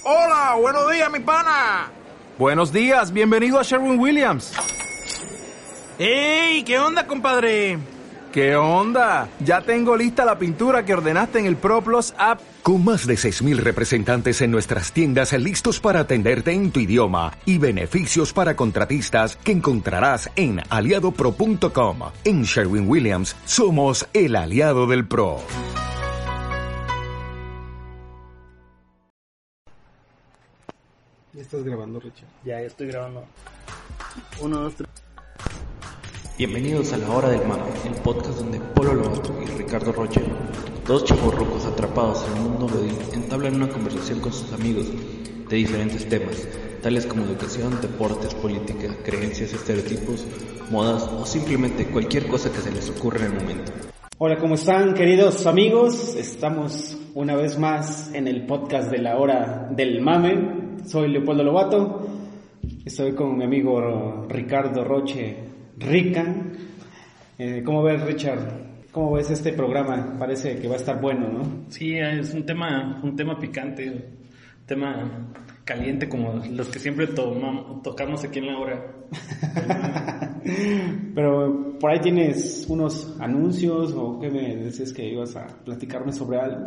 Hola, buenos días, mi pana. Buenos días, bienvenido a Sherwin-Williams. ¡Ey! ¿Qué onda, compadre? ¿Qué onda? Ya tengo lista la pintura que ordenaste en el ProPlus app. Con más de 6,000 representantes en nuestras tiendas listos para atenderte en tu idioma y beneficios para contratistas que encontrarás en aliadopro.com. En Sherwin-Williams somos el aliado del pro. ¿Ya estás grabando, Richard? Ya estoy grabando. 1, 2, 3. Bienvenidos a La Hora del Mame, el podcast donde Polo Lobato y Ricardo Roche, dos chavorrucos atrapados en el mundo godín, entablan una conversación con sus amigos de diferentes temas, tales como educación, deportes, política, creencias, estereotipos, modas o simplemente cualquier cosa que se les ocurra en el momento. Hola, ¿cómo están, queridos amigos? Estamos una vez más en el podcast de La Hora del Mame. Soy Leopoldo Lobato, estoy con mi amigo Ricardo Roche Rica. ¿Cómo ves, Richard? ¿Cómo ves este programa? Parece que va a estar bueno, ¿no? Sí, es un tema picante, un tema caliente como los que siempre tocamos aquí en La Hora. Pero por ahí tienes unos anuncios, o qué me decías que ibas a platicarme sobre algo.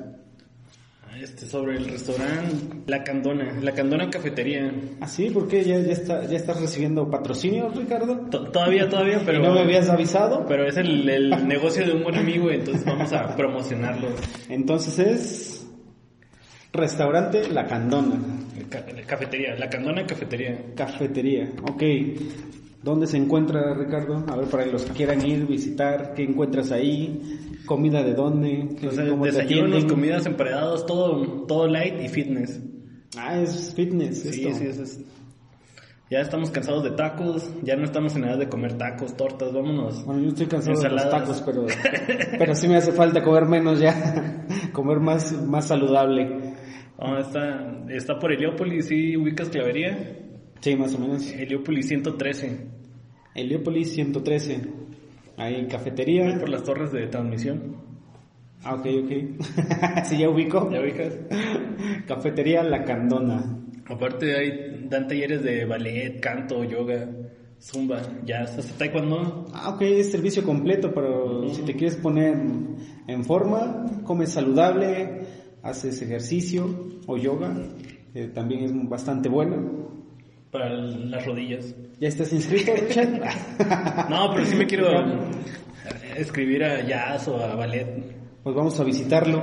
Sobre el restaurante La Candona Cafetería. ¿Ah, sí? ¿Por qué? ¿Ya estás recibiendo patrocinio, Ricardo? Todavía, pero... ¿Y no me habías avisado? Pero es el negocio de un buen amigo, entonces vamos a promocionarlo. Entonces es... Restaurante La Candona. Cafetería, La Candona Cafetería. Cafetería, ok. ¿Dónde se encuentra, Ricardo? A ver, para los que quieran ir, visitar, ¿qué encuentras ahí? ¿Comida de dónde? Desayunos, comidas, emparedados, todo light y fitness. Ah, es fitness sí, esto. Sí, es. Ya estamos cansados de tacos, ya no estamos en edad de comer tacos, tortas, vámonos. Bueno, yo estoy cansado ensaladas. De los tacos, pero sí me hace falta comer menos ya, comer más saludable. Oh, está por Heliópolis, ¿sí ubicas Clavería? Sí, más o menos. Heliópolis 113. Heliópolis 113. Hay cafetería. Ahí por las torres de transmisión. Ah, ok. Sí, ya ubico. ¿Ya ubicas? Cafetería La Candona. Aparte dan talleres de ballet, canto, yoga, zumba, jazz, hasta taekwondo. Ah, ok, es servicio completo, pero si te quieres poner en forma, comes saludable, haces ejercicio o yoga, también es bastante bueno. Para las rodillas. ¿Ya estás inscrito, Richard? No, pero sí me quiero escribir a jazz o a ballet. Pues vamos a visitarlo.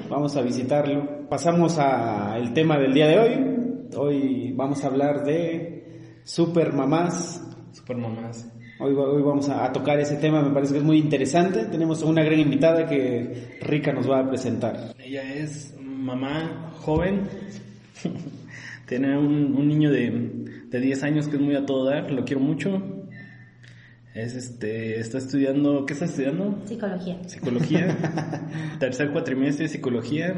Pasamos al tema del día de hoy. Hoy vamos a hablar de supermamás. Hoy vamos a tocar ese tema, me parece que es muy interesante. Tenemos una gran invitada que Rica nos va a presentar. Ella es mamá joven. Tiene un niño de 10 años que es muy a todo dar, lo quiero mucho. Está estudiando, ¿qué está estudiando? Psicología. Tercer cuatrimestre de psicología.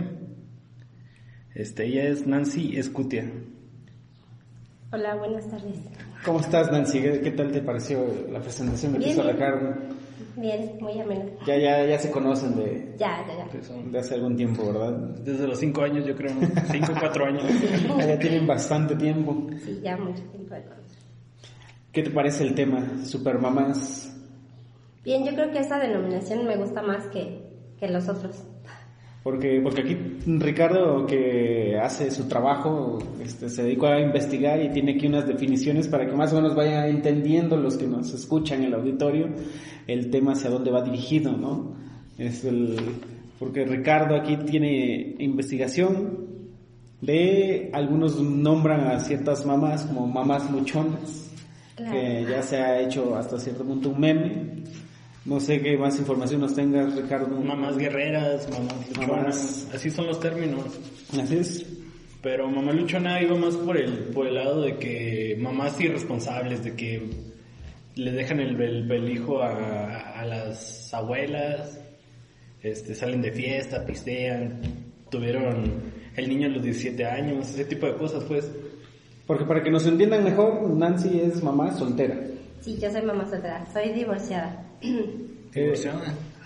Ella es Nancy Escutia. Hola, buenas tardes. ¿Cómo estás, Nancy? ¿Qué tal te pareció la presentación que te hizo Ricardo? Bien, muy ameno. Ya se conocen Ya. de hace algún tiempo, ¿verdad? Desde los 5 años, yo creo. 5 o 4 años. Ya tienen bastante tiempo. Sí, ya mucho tiempo de conocer. ¿Qué te parece el tema, supermamás? Bien, yo creo que esa denominación me gusta más que los otros. Porque aquí Ricardo, que hace su trabajo, se dedicó a investigar y tiene aquí unas definiciones para que más o menos vayan entendiendo los que nos escuchan en el auditorio el tema hacia dónde va dirigido, ¿no? Porque Ricardo aquí tiene investigación de algunos nombran a ciertas mamás como mamás luchonas, claro, que ya se ha hecho hasta cierto punto un meme. No sé qué más información nos tengas, Ricardo. Mamás guerreras, mamás luchonas, así son los términos. Así es. Pero mamá luchona iba más por el lado de que mamás irresponsables, de que le dejan el hijo a las abuelas, salen de fiesta, pistean, tuvieron el niño a los 17 años, ese tipo de cosas, pues. Porque para que nos entiendan mejor, Nancy es mamá soltera. Sí, yo soy mamá soltera, soy divorciada. ¿Divorciada?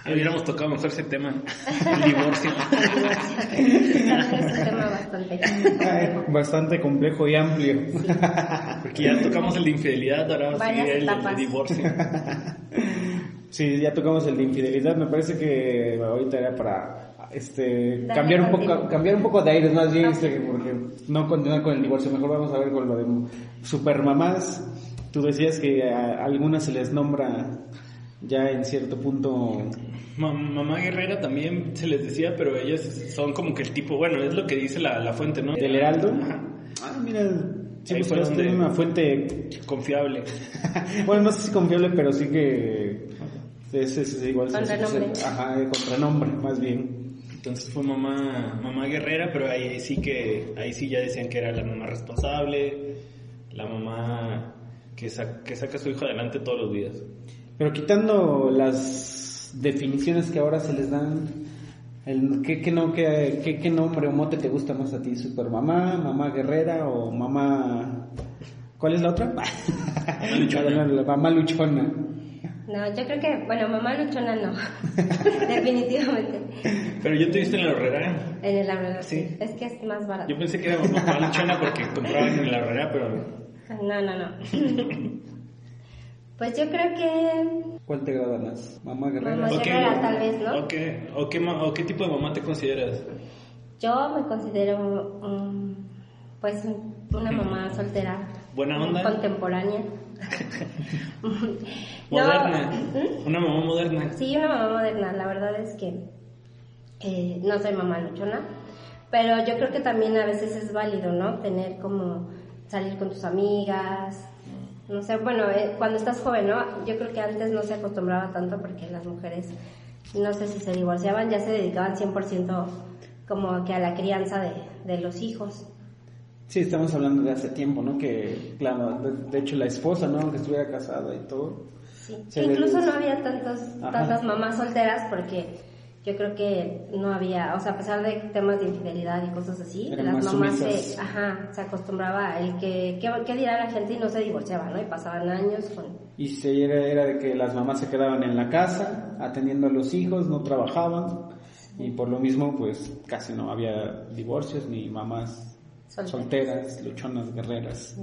Hubiéramos tocado mejor ese tema, el divorcio. También es un tema bastante complejo y amplio. Porque ya tocamos el de infidelidad, ahora va a seguir el de divorcio. Sí, ya tocamos el de infidelidad. Me parece que ahorita era para cambiar un poco de aires más bien, porque no continuar con el divorcio. Mejor vamos a ver con lo de supermamás. Tú decías que a algunas se les nombra ya en cierto punto. Mamá guerrera también se les decía, pero ellas son como que el tipo, bueno, es lo que dice la fuente, ¿no? ¿Del Heraldo? Ajá. Ah, mira, sí, pues es una fuente confiable. Bueno, no sé si confiable, pero sí que es igual. Con renombre. Con renombre, más bien. Entonces fue mamá guerrera, pero ahí sí ya decían que era la mamá responsable, la mamá que saca a su hijo adelante todos los días. Pero quitando las definiciones que ahora se les dan, ¿qué nombre o mote te gusta más a ti? ¿Supermamá, mamá guerrera o mamá... ¿Cuál es la otra? Mamá luchona. La mamá luchona. No, yo creo que, mamá luchona no, definitivamente. Pero yo te viste en la horrera. En el Horrera, sí. Es que es más barato. Yo pensé que era mamá luchona porque compraban en la horrera, pero... No. Pues yo creo que... ¿Cuál te agrada más? ¿Mamá guerrera? Mamá guerrera, tal vez, ¿no? ¿O qué tipo de mamá te consideras? Yo me considero, pues, una mamá soltera. ¿Buena onda? Contemporánea. Moderna. Una mamá moderna. Sí, una mamá moderna. La verdad es que no soy mamá luchona, pero yo creo que también a veces es válido, ¿no? Tener como salir con tus amigas. No sé, cuando estás joven, ¿no? Yo creo que antes no se acostumbraba tanto porque las mujeres, no sé si se divorciaban, ya se dedicaban 100% como que a la crianza de los hijos. Sí, estamos hablando de hace tiempo, ¿no? Que, claro, de hecho la esposa, ¿no? Que estuviera casada y todo. Sí, incluso no había tantas mamás solteras porque yo creo que no había, o sea, a pesar de temas de infidelidad y cosas así, eran las mamás sumisas. se acostumbraba a el ¿qué dirá la gente? Y no se divorciaban, ¿no? Y pasaban años con... Y era de que las mamás se quedaban en la casa atendiendo a los hijos, no trabajaban, y por lo mismo pues casi no había divorcios ni mamás solteras, luchonas, guerreras.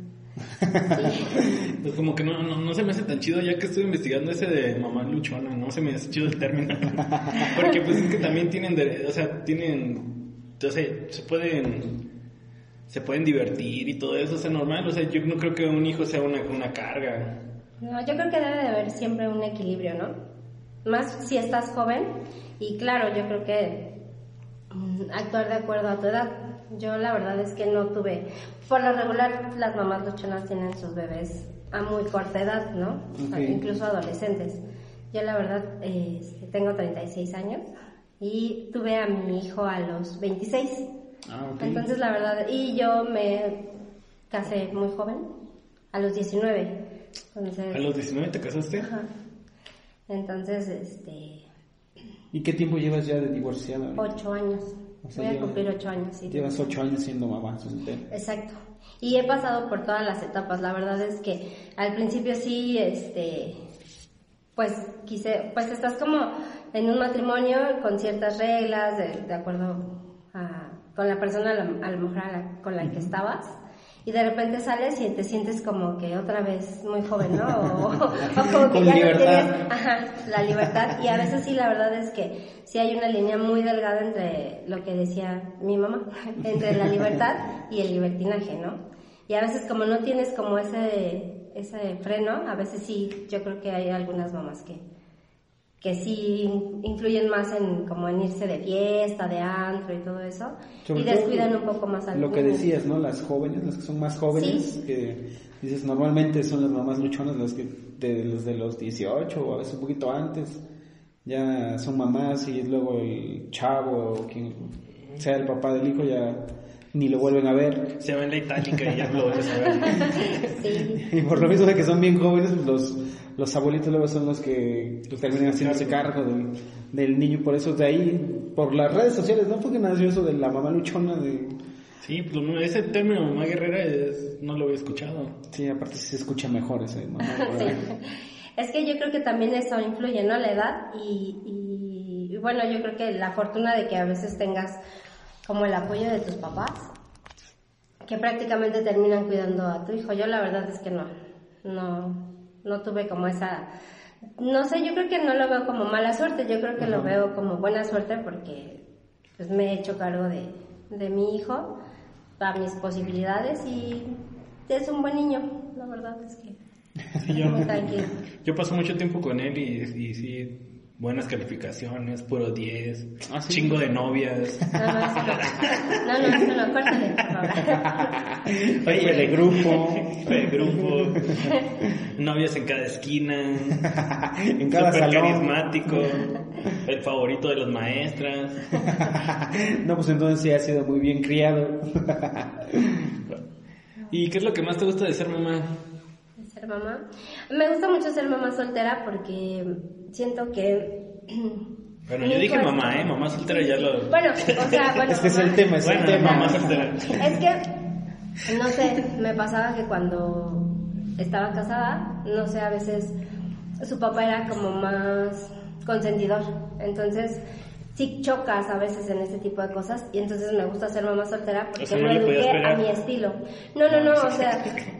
Pues como que no se me hace tan chido, ya que estoy investigando ese de mamá luchona, no se me hace chido el término. Porque pues es que también se pueden divertir y todo eso, o sea, normal, o sea, yo no creo que un hijo sea una carga. No, yo creo que debe de haber siempre un equilibrio, ¿no? Más si estás joven, y claro, yo creo que actuar de acuerdo a tu edad. Yo la verdad es que no tuve, por lo regular las mamás luchonas tienen sus bebés a muy corta edad, ¿no? Okay. Incluso adolescentes. Yo la verdad tengo 36 años y tuve a mi hijo a los 26. Okay. Entonces la verdad, y yo me casé muy joven, a los 19. Entonces, ¿A los 19 te casaste? Ajá. Entonces, ¿Y qué tiempo llevas ya de divorciada? 8 años. O sea, voy a cumplir 8 años, sí. Llevas 8 años siendo mamá soltera. Exacto. Y he pasado por todas las etapas. La verdad es que al principio sí, pues estás como en un matrimonio con ciertas reglas, de acuerdo con la persona a lo mejor con la que estabas. Y de repente sales y te sientes como que otra vez muy joven, ¿no? O como que con ya libertad. No tienes, la libertad. Y a veces sí, la verdad es que sí hay una línea muy delgada entre lo que decía mi mamá, entre la libertad y el libertinaje, ¿no? Y a veces como no tienes como ese freno, a veces sí, yo creo que hay algunas mamás que sí influyen más en irse de fiesta, de antro y todo eso, sobre y descuidan un poco más al lo que decías, ¿no? Las jóvenes, las que son más jóvenes, sí. Que dices, normalmente son las mamás luchonas las que de los 18 o a veces un poquito antes, ya son mamás y luego el chavo o quien sea el papá del hijo ya ni lo vuelven a ver. Se va en la itálica y ya no lo vuelves a ver. Sí. Y por lo mismo de que son bien jóvenes, los abuelitos luego son los que terminan haciéndose cargo del niño. Por eso de ahí, por las redes sociales, ¿no? Fue que nació eso de la mamá luchona de... Sí, pues ese término mamá guerrera no lo había escuchado. Sí, aparte se escucha mejor ese mamá sí. Es que yo creo que también eso influye, ¿no? La edad y bueno, yo creo que la fortuna de que a veces tengas como el apoyo de tus papás, que prácticamente terminan cuidando a tu hijo. Yo la verdad es que no tuve como esa, no sé, yo creo que no lo veo como mala suerte, yo creo que lo veo como buena suerte porque pues me he hecho cargo de mi hijo, a mis posibilidades y es un buen niño, la verdad es que muy tranquilo. Yo paso mucho tiempo con él y sí, buenas calificaciones, puro 10, chingo de novias. No, córtale. Oye, de grupo, novias en cada esquina, en cada súper salón. Carismático, el favorito de las maestras. No, pues entonces sí ha sido muy bien criado. ¿Y qué es lo que más te gusta de ser mamá? Ser mamá. Me gusta mucho ser mamá soltera porque siento que... Bueno, yo dije mamá, mamá soltera ya lo... Bueno, o sea, bueno... Es que es el tema, es el tema. Mamá soltera. Es que, no sé, me pasaba que cuando estaba casada, no sé, a veces su papá era como más consentidor. Entonces, sí chocas a veces en este tipo de cosas y entonces me gusta ser mamá soltera porque O sea, ¿no lo le podías eduqué pegar? a mi estilo. No, o sea...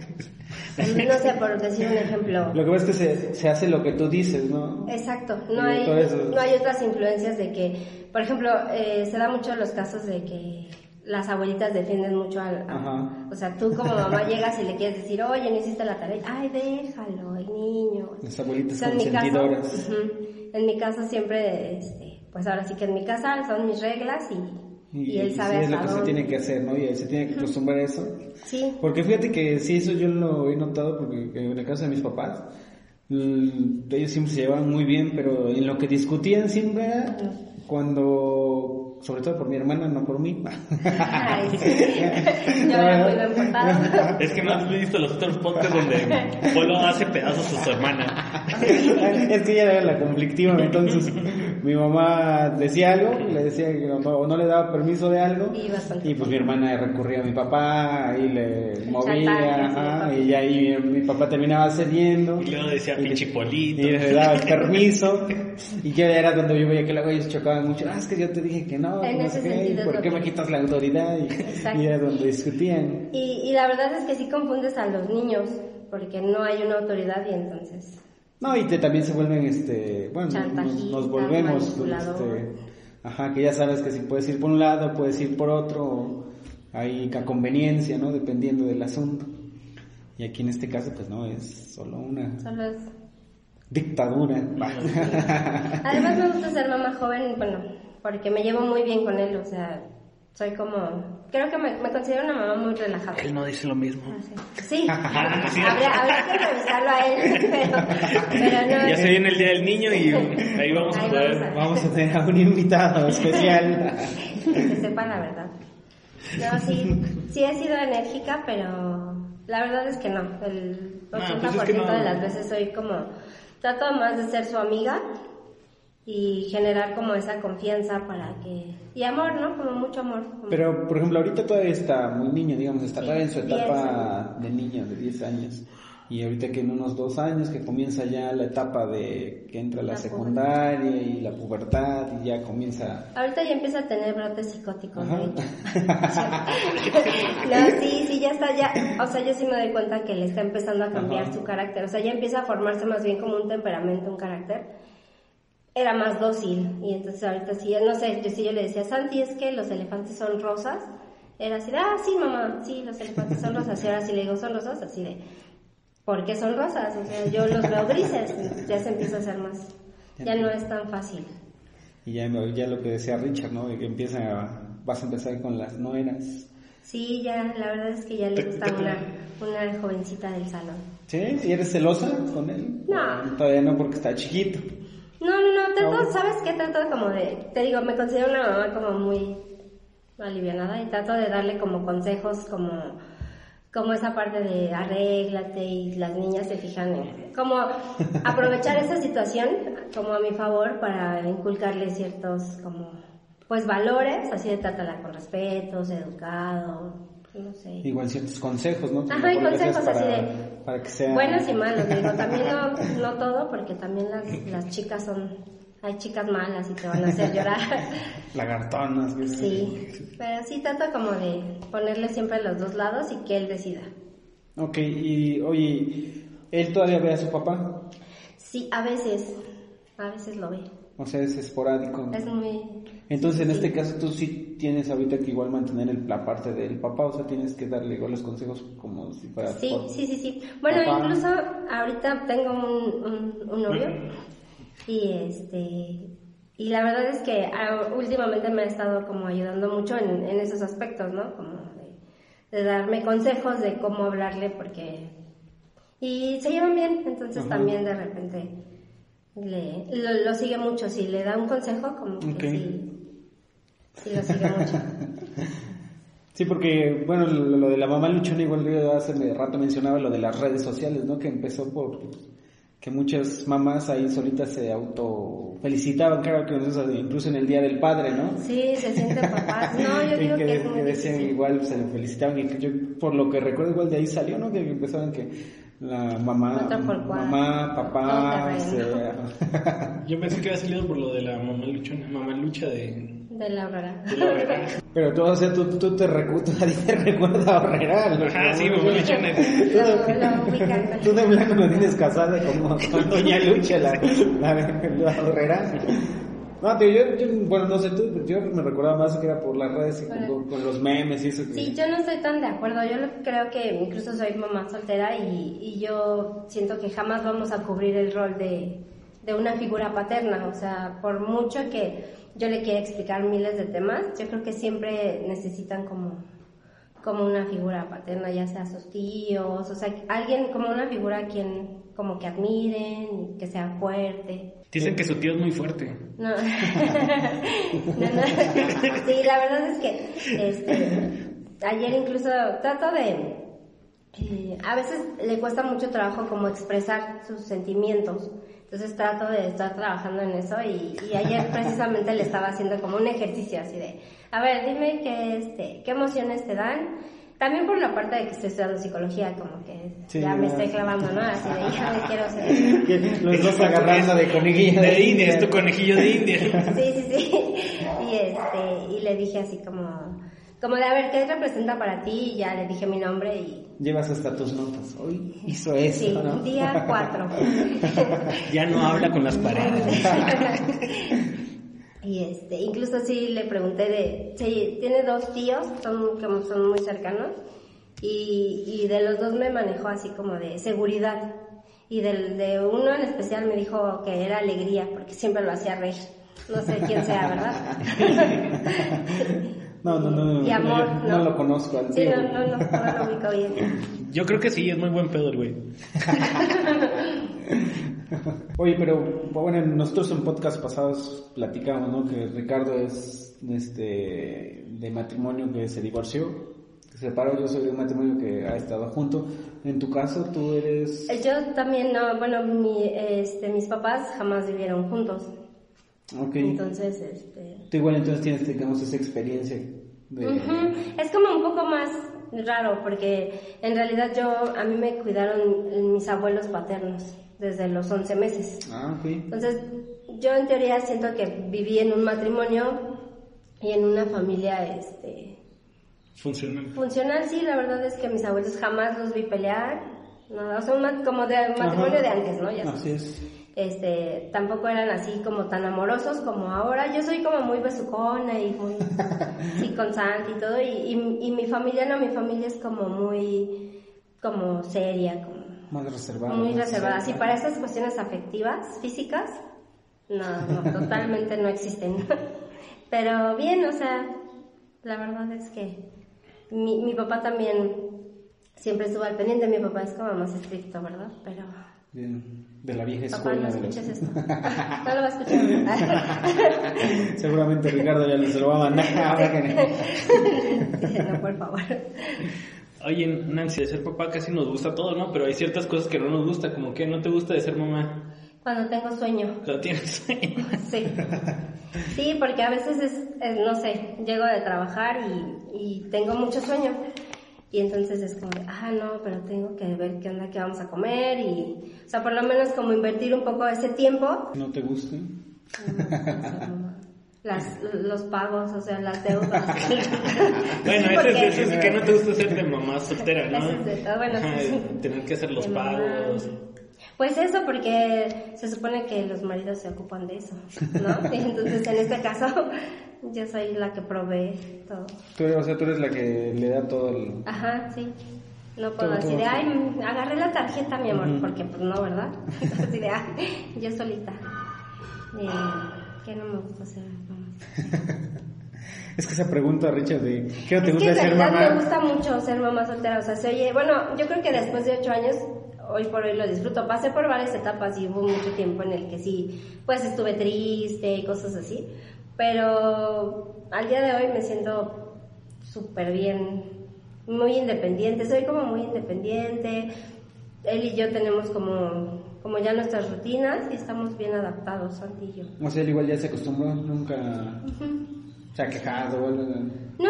No sé, por decir un ejemplo. Lo que pasa es que se hace lo que tú dices, ¿no? Exacto, Y no hay todo eso. otras influencias de que, por ejemplo, se da mucho los casos de que las abuelitas defienden mucho Ajá. o sea, tú como mamá llegas y le quieres decir, oye, no hiciste la tarea, ay, déjalo, el niño. Las abuelitas O sea, en mi caso, consentidoras. en mi caso siempre, pues ahora sí que en mi casa son mis reglas y él sabe sí, es lo hasta que se dónde. tiene que hacer, ¿no? Y él se tiene que acostumbrar a eso. Sí. Porque fíjate que sí, eso yo lo he notado porque en el caso de mis papás, ellos siempre se llevaban muy bien, pero en lo que discutían siempre era cuando, sobre todo por mi hermana, no por mí. Ay, sí. Yo era muy bien portada. Es que no has visto los otros podcasts donde Polo hace pedazos a su hermana. Es que ella era la conflictiva, entonces mi mamá decía algo, le decía que no le daba permiso de algo, y pues mi hermana recurría a mi papá y le movía, ajá, y ahí mi papá terminaba cediendo. Y luego decía pinche Polito. Y le daba el permiso, y ya era donde yo veía que luego ellos chocaban mucho, es que yo te dije que no, En no ese sé qué, sentido es ¿por lo qué que- me quitas la autoridad? Y era donde discutían. Y la verdad es que sí confundes a los niños, porque no hay una autoridad y entonces... No, y también se vuelven, bueno, Chantajistas, nos volvemos, manipulador. ajá, que ya sabes que si puedes ir por un lado, puedes ir por otro, o hay a conveniencia, ¿no? Dependiendo del asunto. Y aquí en este caso, pues no, es solo una Solo es... dictadura. Además me gusta ser mamá joven, bueno, porque me llevo muy bien con él, o sea, soy como... Creo que me considero una mamá muy relajada. Él no dice lo mismo. Sí, habría que revisarlo a él, pero no... Ya se viene el día del niño y ahí vamos a Ahí poder... Vamos a tener a un invitado especial. Que sepa la verdad. No, sí he sido enérgica, pero la verdad es que no. El 80% pues es que no. de las veces soy como... Trato más de ser su amiga y generar como esa confianza para que... Y amor, ¿no? Como mucho amor. Como- Pero, por ejemplo, ahorita todavía está muy niño, digamos, está Sí, todavía en su 10 etapa de niño, de 10 años. Y ahorita que en unos 2 años que comienza ya la etapa de que entra la La secundaria y la pubertad y ya comienza... Ahorita ya empieza a tener brotes psicóticos, Ajá. de hecho. No, sí, ya está, ya. O sea, yo sí me doy cuenta que le está empezando a cambiar Ajá. su carácter. O sea, ya empieza a formarse más bien como un temperamento, un carácter. Era más dócil. Y entonces ahorita sí, no sé, yo le decía, Santi, es que los elefantes son rosas. Era así de, sí, mamá, sí, los elefantes son rosas. Y ahora sí le digo, son rosas, así de, ¿por qué son rosas? O sea, yo los veo grises. Ya se empieza a hacer más. Ya no es tan fácil. Y ya lo que decía Richard, ¿no? De que vas a empezar con las nueras. Sí, ya, la verdad es que ya le gusta una jovencita del salón. ¿Sí? ¿Y eres celosa con él? No. Todavía no, porque está chiquito. No, trato, ¿sabes qué? Trato como de, te digo, me considero una mamá como muy alivianada y trato de darle como consejos como esa parte de arréglate y las niñas se fijan en, como aprovechar esa situación como a mi favor para inculcarle ciertos como, pues valores, así de trátala con respeto, sé educado. no sé. Igual ciertos consejos, ¿no? Ajá, hay consejos para, así de para que sea... buenos y malos, digo, también no todo, porque también las chicas hay chicas malas y te van a hacer llorar. Lagartonas. Sí, pero sí trato como de ponerle siempre los dos lados y que él decida. Ok, y oye, ¿él todavía ve a su papá? Sí, a veces lo ve. O sea, es esporádico. Es muy... Entonces, en este caso, tú sí tienes ahorita que igual mantener la parte del papá, o sea, tienes que darle igual los consejos como si fuera... Sí. Bueno, papá. Incluso ahorita tengo un novio y la verdad es que últimamente me ha estado como ayudando mucho en esos aspectos, ¿no? Como de darme consejos de cómo hablarle porque... Y se llevan bien, entonces también de repente lo sigue mucho. Si le da un consejo, como que sí lo sigue mucho. Sí, porque, bueno, lo de la mamá luchona, igual yo hace rato mencionaba lo de las redes sociales, ¿no? Que empezó por que muchas mamás ahí solitas se felicitaban, claro que incluso en el Día del Padre, ¿no? Sí, se sienten papás. No, yo digo que es muy decían difícil. Igual se le felicitaban y que yo, por lo que recuerdo, igual de ahí salió, ¿no? Que empezaban que la mamá, papá, Yo pensé que había salido por lo de la mamá lucha de la Aurora. Pero tú, o sea, tú te recuerda a Aurora. Ajá, sí, mamá luchona. Lo ubican. Tú de blanco no tienes casada con Doña Lucha, la Aurora. No, tío, yo, bueno, no sé tú, yo me recordaba más que era por las redes y con los memes y eso. Sí, yo no estoy tan de acuerdo. Yo creo que incluso soy mamá soltera y yo siento que jamás vamos a cubrir el rol de una figura paterna. O sea, por mucho que yo le quiera explicar miles de temas, yo creo que siempre necesitan como una figura paterna, ya sea sus tíos, o sea, alguien como una figura a quien como que admiren, que sea fuerte. Dicen que su tío es muy fuerte. No. No. Sí, la verdad es que ayer incluso trato de... a veces le cuesta mucho trabajo como expresar sus sentimientos. Entonces trato de estar trabajando en eso y ayer precisamente le estaba haciendo como un ejercicio así de, a ver, dime qué emociones te dan. También por la parte de que estoy estudiando psicología, como que sí, ya me estoy clavando, ¿no? Así de, ya me quiero ser... Los dos agarrando de conejillo de India, es tu conejillo de India. Sí. Y le dije así como de, a ver, ¿qué representa para ti? Y ya le dije mi nombre y... Llevas hasta tus notas. Hoy hizo eso, sí, ¿no? Día 4. Ya no habla con las paredes. Y incluso sí le pregunté tiene 2 tíos, son muy cercanos, y de los 2 me manejó así como de seguridad. Y de uno en especial me dijo que era alegría, porque siempre lo hacía reír. No sé quién sea, ¿verdad? No. Y amor, no lo conozco al tío. Sí, no lo ubico bien. Yo creo que sí, es muy buen pedo el güey. Oye, pero bueno, nosotros en podcast pasados platicamos, ¿no? Que Ricardo es de matrimonio que se divorció, que se separó. Yo soy de un matrimonio que ha estado junto. En tu caso, tú eres... Yo también no, bueno, mis papás jamás vivieron juntos. Okay. Entonces, Tú igual entonces tienes, digamos, esa experiencia de... Es como un poco más raro, porque en realidad a mí me cuidaron mis abuelos paternos desde los 11 meses. Ah, ok. Entonces, yo en teoría siento que viví en un matrimonio y en una familia, funcional, sí, la verdad es que mis abuelos jamás los vi pelear, nada, o sea, como de matrimonio de antes, ¿no? Ya así es. Tampoco eran así como tan amorosos como ahora. Yo soy como muy besucona y muy sí, consciente y todo, y mi familia no, mi familia es como muy como seria, como más reservada. Muy reservada. Sí, para esas cuestiones afectivas, físicas, no, totalmente no existen. Pero bien, o sea, la verdad es que mi papá también siempre estuvo al pendiente. Mi papá es como más estricto, ¿verdad? Pero... Bien. De la vieja papá, escuela. no escuches esto. No lo va a escuchar. Seguramente Ricardo ya se lo va a mandar. No, por favor. Oye, Nancy, de ser papá casi nos gusta todo, ¿no? Pero hay ciertas cosas que no nos gusta, como que no te gusta de ser mamá. Cuando tengo sueño. Cuando tienes sueño. Sí. Sí, porque a veces no sé, llego de trabajar y tengo mucho sueño. Y entonces es como, no, pero tengo que ver qué onda, qué vamos a comer y, o sea, por lo menos como invertir un poco ese tiempo. ¿No te gusta? Los pagos, o sea, las deudas. Bueno, porque... eso es que no te gusta ser de mamá soltera, ¿no? Eso es de todo, bueno, sí. Tener que hacer los pagos. Pues eso, porque se supone que los maridos se ocupan de eso, ¿no? Y entonces en este caso yo soy la que provee todo. Tú eres la que le da todo el... Ajá, sí. No puedo todo, decir, todo. Agarré la tarjeta, mi amor, porque pues no, ¿verdad? Así de, yo solita. Que no me gusta ser mamá. Es que esa pregunta, Richard, de ¿qué no te gusta ser mamá? Es que en realidad me gusta mucho ser mamá soltera, o sea, se oye, bueno, yo creo que después de 8 años, hoy por hoy lo disfruto. Pasé por varias etapas y hubo mucho tiempo en el que sí, pues estuve triste y cosas así, pero al día de hoy me siento súper bien, muy independiente, soy como muy independiente. Él y yo tenemos como ya nuestras rutinas y estamos bien adaptados, Santi y yo. O sea, él igual ya se acostumbró, nunca se ha quejado o algo. No.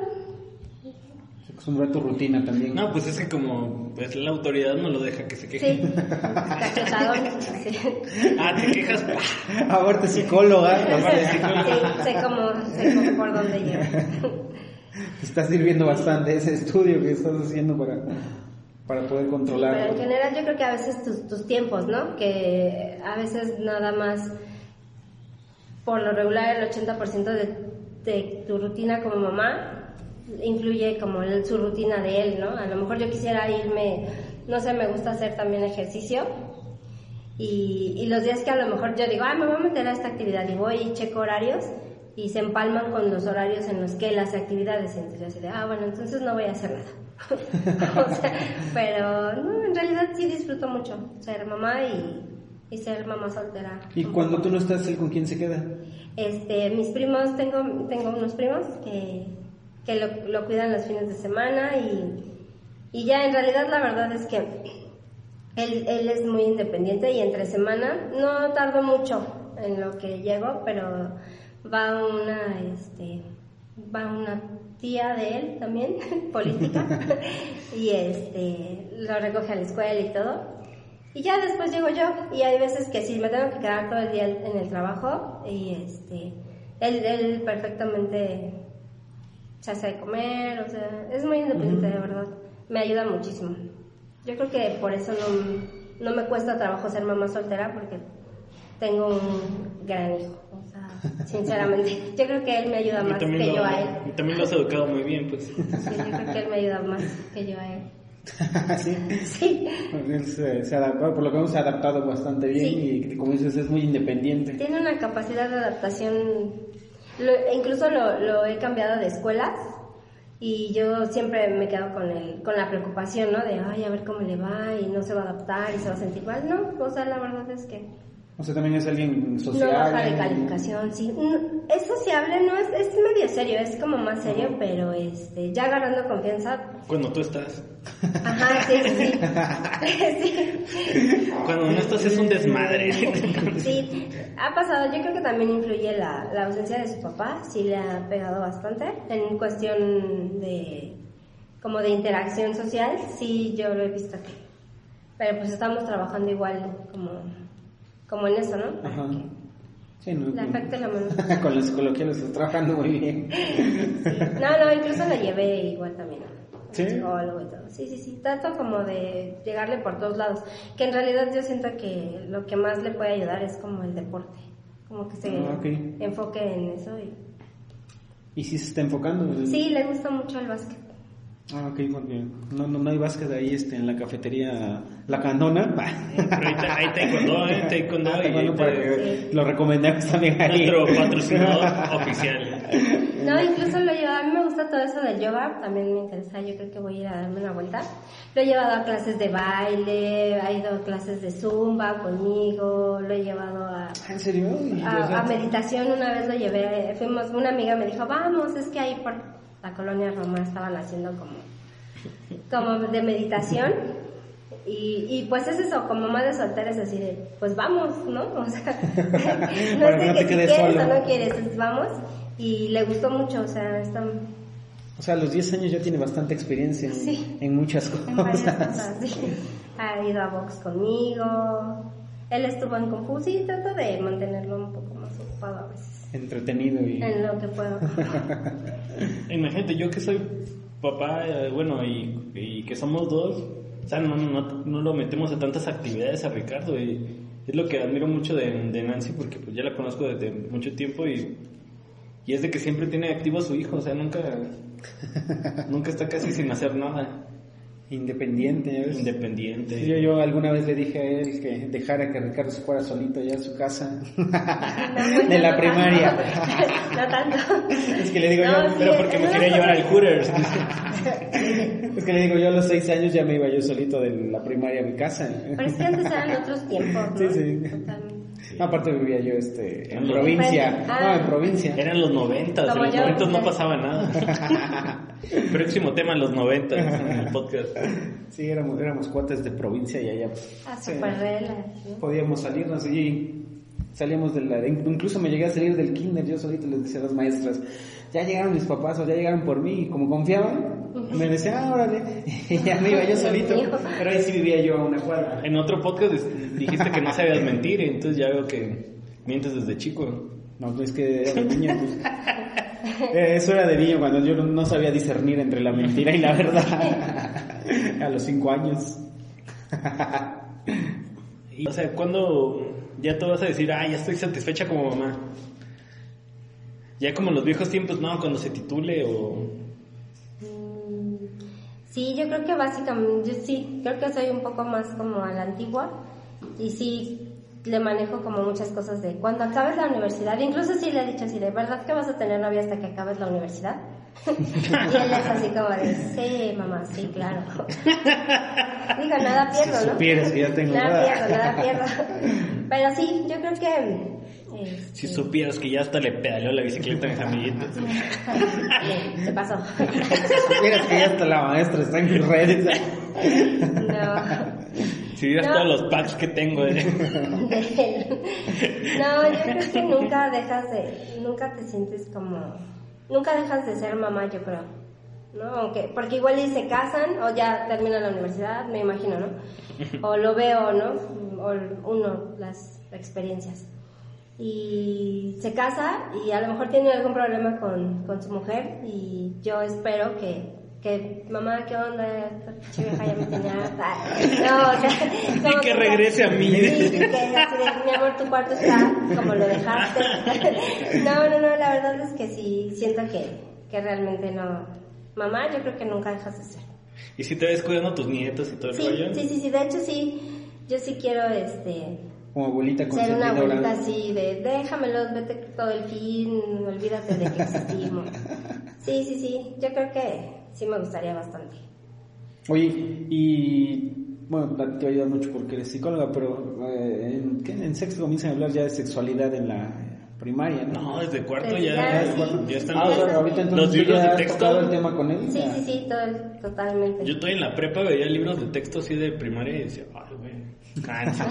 Se acostumbró a tu rutina también. No, pues es que como pues la autoridad no lo deja que se queje. Sí, cachetadón. Sí. Te quejas. Aparte psicóloga. Sí, sé cómo por dónde llevo. Te está sirviendo bastante ese estudio que estás haciendo para poder controlar. Pero en general yo creo que a veces tus tiempos, ¿no? Que a veces nada más, por lo regular, el 80% de tu rutina como mamá influye como su rutina de él, ¿no? A lo mejor yo quisiera irme, no sé, me gusta hacer también ejercicio y los días que a lo mejor yo digo, me voy a meter a esta actividad y voy y checo horarios y se empalman con los horarios en los que él hace actividades, entonces yo así de, bueno, entonces no voy a hacer nada. O sea, pero no, en realidad sí disfruto mucho ser mamá y ser mamá soltera. ¿Y cuando tú no estás, él con quién se queda? Mis primos, tengo unos primos que lo cuidan los fines de semana y ya en realidad la verdad es que él es muy independiente y entre semana no tardo mucho en lo que llego, pero va una tía de él también, política, y lo recoge a la escuela y todo. Y ya después llego yo, y hay veces que sí, me tengo que quedar todo el día en el trabajo, y él perfectamente se hace de comer, o sea, es muy independiente, de verdad. Me ayuda muchísimo. Yo creo que por eso no me cuesta trabajo ser mamá soltera, porque tengo un gran hijo, o sea, sinceramente. Yo creo que él me ayuda más que yo a él. Y también lo has educado muy bien, pues. Sí, yo creo que él me ayuda más que yo a él. ¿Sí? Sí. Él se adaptó, por lo que hemos adaptado bastante bien, sí. Y como dices, es muy independiente. Tiene una capacidad de adaptación, incluso lo he cambiado de escuelas y yo siempre me quedo con la preocupación, ¿no? De, a ver cómo le va y no se va a adaptar y se va a sentir mal. No, o sea, la verdad es que... O sea, también es alguien sociable. No baja de calificación, sí. Es sociable, no es medio serio, es como más serio, pero ya agarrando confianza. Cuando tú estás. Ajá, sí. Sí. Cuando no estás es un desmadre. Sí, ha pasado, yo creo que también influye la ausencia de su papá, sí le ha pegado bastante, en cuestión de interacción social, sí yo lo he visto aquí. Pero pues estamos trabajando igual como en eso, ¿no? Ajá. Sí, no. Le afecta la mano. Con la psicología lo estás trabajando muy bien. Sí. No, incluso lo llevé igual también. ¿Sí? Psicólogo y todo. Sí. Trato como de llegarle por todos lados. Que en realidad yo siento que lo que más le puede ayudar es como el deporte. Como que se enfoque en eso. ¿Y sí se está enfocando? Sí, le gusta mucho el básquet. Ok, porque no hay básquet ahí en la cafetería La Canona. Pero hay taekwondo, taekwondo para que lo recomendamos también ahí. Nuestro patrocinador oficial. No, incluso lo he llevado, a mí me gusta todo eso del yoga, también me interesa, yo creo que voy a ir a darme una vuelta. Lo he llevado a clases de baile, ha ido a clases de zumba conmigo, lo he llevado a... ¿En serio? A meditación, una vez lo llevé, una amiga me dijo, vamos, es que ahí por la colonia Roma estaban haciendo como de meditación. Y pues es eso, como mamá de soltera es así de, pues vamos, ¿no? O sea, no sé que si quieres o no quieres, pues vamos. Y le gustó mucho, o sea, O sea, a los 10 años ya tiene bastante experiencia en muchas cosas. En varias cosas, sí. Ha ido a box conmigo. Él estuvo en Kung Fu, sí, trato de mantenerlo un poco más ocupado a veces. Entretenido y... En lo que puedo. Imagínate, yo que soy papá, bueno, y que somos dos, o sea, no lo metemos a tantas actividades a Ricardo, y es lo que admiro mucho de Nancy, porque pues ya la conozco desde mucho tiempo, y es de que siempre tiene activo a su hijo, o sea, nunca está casi sin hacer nada. Independiente, ¿ya ves? Independiente. Sí, yo alguna vez le dije a él que dejara que Ricardo se fuera solito ya a su casa. De la primaria. No tanto. Es que le digo yo, sí, pero porque me quería llevar al Hooters. Es que le digo yo, a los 6 años ya me iba yo solito de la primaria a mi casa. Pero es que antes eran otros tiempos, ¿no? Sí. Totalmente. No, aparte vivía yo en provincia. En provincia. Eran los 90, en los 90 no pasaba nada. Próximo tema en los 90 en el podcast. Sí, éramos cuates de provincia y allá. Super relax, ¿no? Podíamos salirnos y salíamos incluso me llegué a salir del kinder, yo solito les decía a las maestras, ya llegaron mis papás o ya llegaron por mí, y como confiaban, me decían, órale, y ya me iba yo solito, pero ahí sí vivía yo a una cuadra. En otro podcast dijiste que no sabías mentir, entonces ya veo que mientes desde chico. No, es que era de niño, pues. Eso era de niño, cuando yo no sabía discernir entre la mentira y la verdad. A los 5 años. Y, o sea, ¿cuándo ya te vas a decir, ya estoy satisfecha como mamá? Ya como en los viejos tiempos, ¿no? Cuando se titule o... Sí, yo creo que básicamente, creo que soy un poco más como a la antigua, y sí le manejo como muchas cosas de cuando acabes la universidad, incluso sí le he dicho así, ¿de verdad que vas a tener novia hasta que acabes la universidad? Y él es así como de, sí, mamá, sí, claro. Digo, nada pierdo, si ¿no? supieras que ya tengo nada pierdo. Pero sí, yo creo que... Si supieras que ya hasta le pedaleó la bicicleta a mis amiguitos. Se pasó. Si supieras que ya hasta la maestra está en mis redes. No. Si vieras todos los packs que tengo. No, yo creo que nunca te sientes como... Nunca dejas de ser mamá, yo creo. ¿No? Aunque, porque igual y se casan o ya terminan la universidad, me imagino, ¿no? O lo veo, ¿no? O las experiencias. Y se casa y a lo mejor tiene algún problema con su mujer, y yo espero que mamá, ¿qué onda? Esta vieja ya me tenía... No, o sea... Y que regrese a mí. Sí, que así de, mi amor, tu cuarto está como lo dejaste. No, la verdad es que sí, siento que realmente no... Mamá, yo creo que nunca dejas de ser. ¿Y si te ves cuidando a tus nietos y todo el rollo? Sí, de hecho sí, yo sí quiero como abuelita ser una consentidora. abuelita así de déjamelos, vete todo el fin, olvídate de que existimos. Sí, yo creo que sí me gustaría bastante. Oye, y bueno, te va a ayudar mucho porque eres psicóloga, pero en sexto comienzan a hablar ya de sexualidad en la primaria, ¿no? No, desde cuarto Desde ya están ahorita entonces los libros de has texto. tocado el tema con él. Sí, totalmente. Yo estoy en la prepa, veía libros de texto así de primaria y decía, ay, güey, cansa.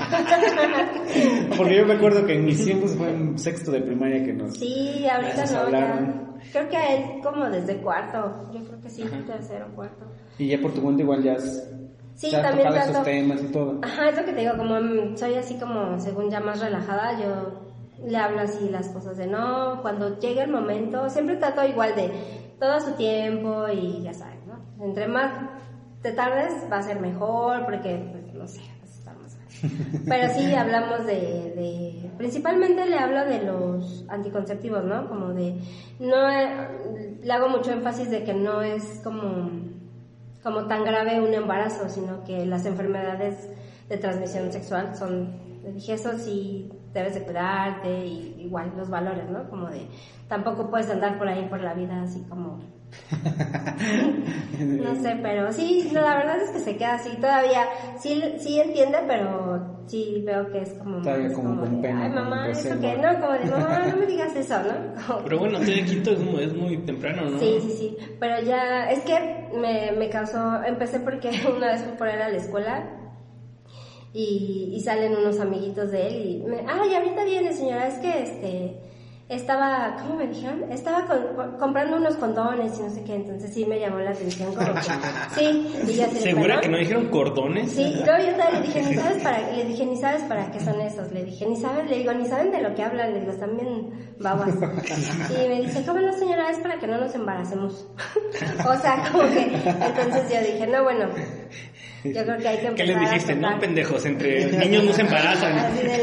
Porque yo me acuerdo que en mis tiempos fue en sexto de primaria que nos... Sí, ahorita no, hablaron. Creo que a él como desde cuarto, yo creo que sí, tercero, cuarto. Y ya por tu cuenta igual ya has... Sí, ya también tocado trato... esos temas y todo. Ajá, es lo que te digo, como soy así como, según ya más relajada, yo le hablo así las cosas de no, cuando llegue el momento, siempre trato igual de todo su tiempo y ya sabes, ¿no? Entre más te tardes va a ser mejor porque, pues, no sé, vas a estar más mal. Pero sí hablamos de principalmente le hablo de los anticonceptivos, ¿no? Como de, le hago mucho énfasis de que no es como tan grave un embarazo, sino que las enfermedades de transmisión sexual dije, eso sí debes de cuidarte, y igual los valores, ¿no? Como de, tampoco puedes andar por ahí por la vida así como... No sé, pero sí, la verdad es que se queda así, todavía sí entiende, pero sí veo que es como... Todavía como con pena. Ay, mamá, eso que no, como de, mamá, no me digas eso, ¿no? Como, pero bueno, todavía quinto es muy temprano, ¿no? Sí, pero ya, es que me causó, empecé porque una vez fui por él a la escuela y salen unos amiguitos de él y ahorita viene señora, es que estaba, ¿cómo me dijeron? Estaba comprando unos condones y no sé qué, entonces sí me llamó la atención como que, sí, y yo así, ¿segura ¿perdón? que no dijeron cordones? Sí, y luego yo todavía le dije, ni sabes para qué son esos, le dije, ni saben de lo que hablan, le digo, están bien babas. Y me dice, ¿cómo no, señora? Es para que no nos embaracemos. O sea, como que, entonces yo dije, no, bueno, yo creo que hay que empezar. ¿Qué les dijiste? A No, pendejos, entre niños no se embarazan. Así de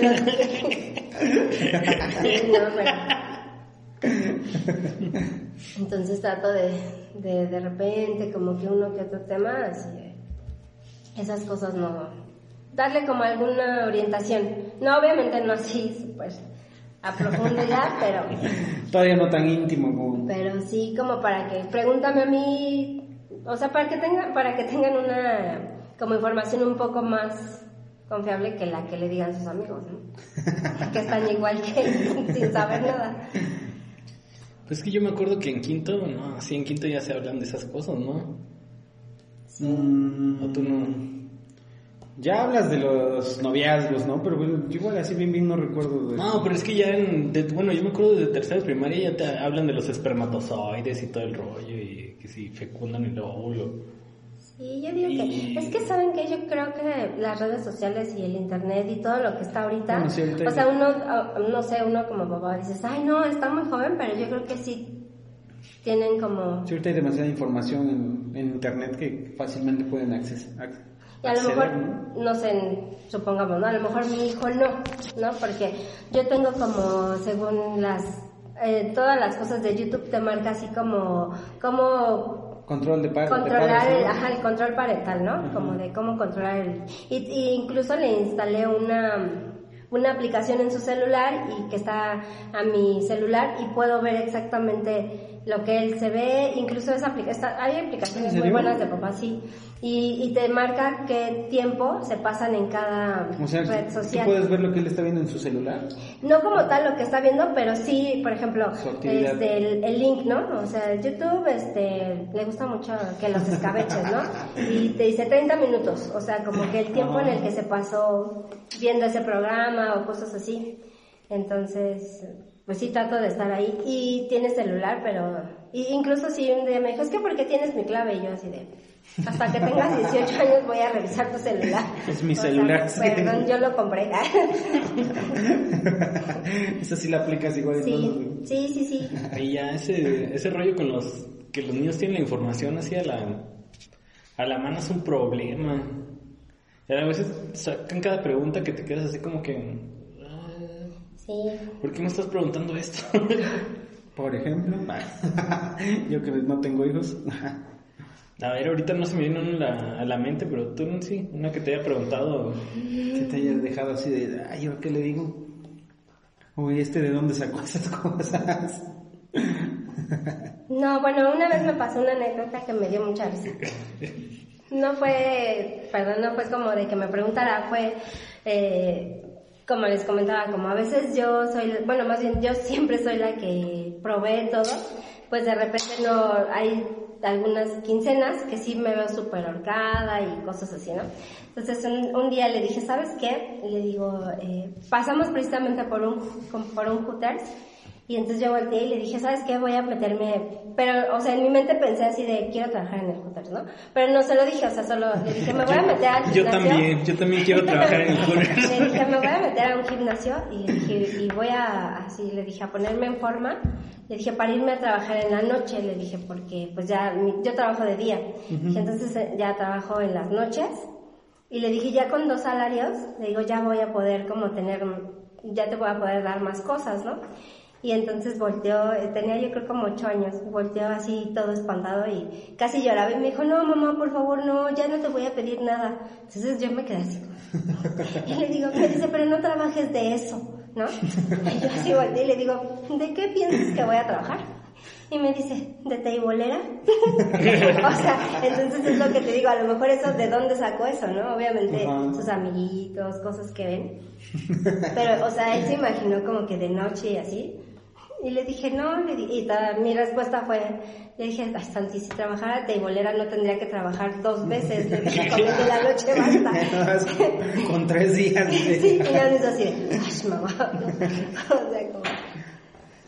no, pero... Entonces trato de repente, como que uno que otro tema, así, esas cosas no... Darle como alguna orientación. No, obviamente no así, súper a profundidad, pero... Todavía no tan íntimo como... Pero sí, como para que... Pregúntame a mí... O sea, para que tengan una... Como información un poco más confiable que la que le digan sus amigos, ¿no? Que están igual que sin saber nada. Pues que yo me acuerdo que en quinto ya se hablan de esas cosas, ¿no? ¿O tú no? Ya hablas de los noviazgos, ¿no? Pero bueno, yo igual así bien no recuerdo de... No, pero es que ya yo me acuerdo de tercera primaria ya te hablan de los espermatozoides y todo el rollo y que si fecundan el óvulo. Sí, yo digo que... Es que saben que yo creo que las redes sociales y el internet y todo lo que está ahorita... Bueno, sí, ahorita o sea, uno como papá dices, ay no, está muy joven, pero yo creo que sí tienen como... Sí, ahorita hay demasiada información en internet que fácilmente pueden acceder. Y a lo mejor, no sé, supongamos, ¿no? A lo mejor mi hijo no, porque yo tengo como, según todas las cosas de YouTube te marca así como control de padres, controlar ¿no? el control parental, ¿no? Uh-huh. Como de cómo controlar y incluso le instalé una aplicación en su celular y que está a mi celular y puedo ver exactamente lo que él se ve, incluso hay aplicaciones muy buenas de papá, sí, y te marca qué tiempo se pasan en cada red social. ¿Tú puedes ver lo que él está viendo en su celular? No como tal lo que está viendo, pero sí, por ejemplo, el link, ¿no? O sea, YouTube, le gusta mucho que los escabeches, ¿no? Y te dice 30 minutos, o sea, como que el tiempo en el que se pasó viendo ese programa o cosas así. Entonces, pues sí trato de estar ahí. Y tiene celular, pero... incluso si un día me dijo, es que ¿por qué tienes mi clave? Y yo así de... Hasta que tengas 18 años voy a revisar tu celular. Es mi celular. Sea, perdón, yo lo compré. Eso sí lo aplicas igual. Sí, sí. Y ya ese rollo con que los niños tienen la información así a la mano es un problema. Y a veces sacan cada pregunta que te quedas así como que... Sí. ¿Por qué me estás preguntando esto? Por ejemplo, yo que no tengo hijos. A ver, ahorita no se me vino a la mente, pero tú sí, una que te haya preguntado. Que te hayas dejado así de, ay, ¿yo qué le digo? Uy, ¿de dónde sacó esas cosas? No, bueno, una vez me pasó una anécdota que me dio mucha risa. No fue como de que me preguntara, fue... como les comentaba, como a veces yo siempre soy la que provee todo, pues de repente no hay algunas quincenas que sí me veo súper ahorcada y cosas así, ¿no? Entonces un día le dije, ¿sabes qué? Le digo, pasamos precisamente por un Hooters. Y entonces yo volteé y le dije, ¿sabes qué? Voy a meterme... Pero, o sea, en mi mente pensé así de, quiero trabajar en el Hooters, ¿no? Pero no se lo dije, o sea, solo le dije, me voy a meter al gimnasio. Yo también quiero trabajar en el Hooters. Le dije, me voy a meter a un gimnasio y voy a ponerme en forma. Le dije, para irme a trabajar en la noche, le dije, porque pues ya, yo trabajo de día. Uh-huh. Entonces ya trabajo en las noches. Y le dije, ya con 2 salarios, le digo, ya voy a poder ya te voy a poder dar más cosas, ¿no? Y entonces volteó, tenía yo creo como 8 años, volteó así todo espantado y casi lloraba y me dijo, no mamá, por favor, no, ya no te voy a pedir nada. Entonces yo me quedé así, y le digo, me dice, pero no trabajes de eso, ¿no? Y yo así volteé y le digo, ¿de qué piensas que voy a trabajar? Y me dice, ¿de teibolera? O sea, entonces es lo que te digo, a lo mejor eso, ¿de dónde sacó eso, no? Obviamente sus amiguitos, cosas que ven. Pero, o sea, él se imaginó como que de noche y así. Y le dije, no, mi respuesta fue, le dije, ay, Santi, si trabajara teibolera no tendría que trabajar 2 veces, le dije, como de la noche basta. Con 3 días. Sí, y ya me hizo así de, ay, mamá. O sea, como...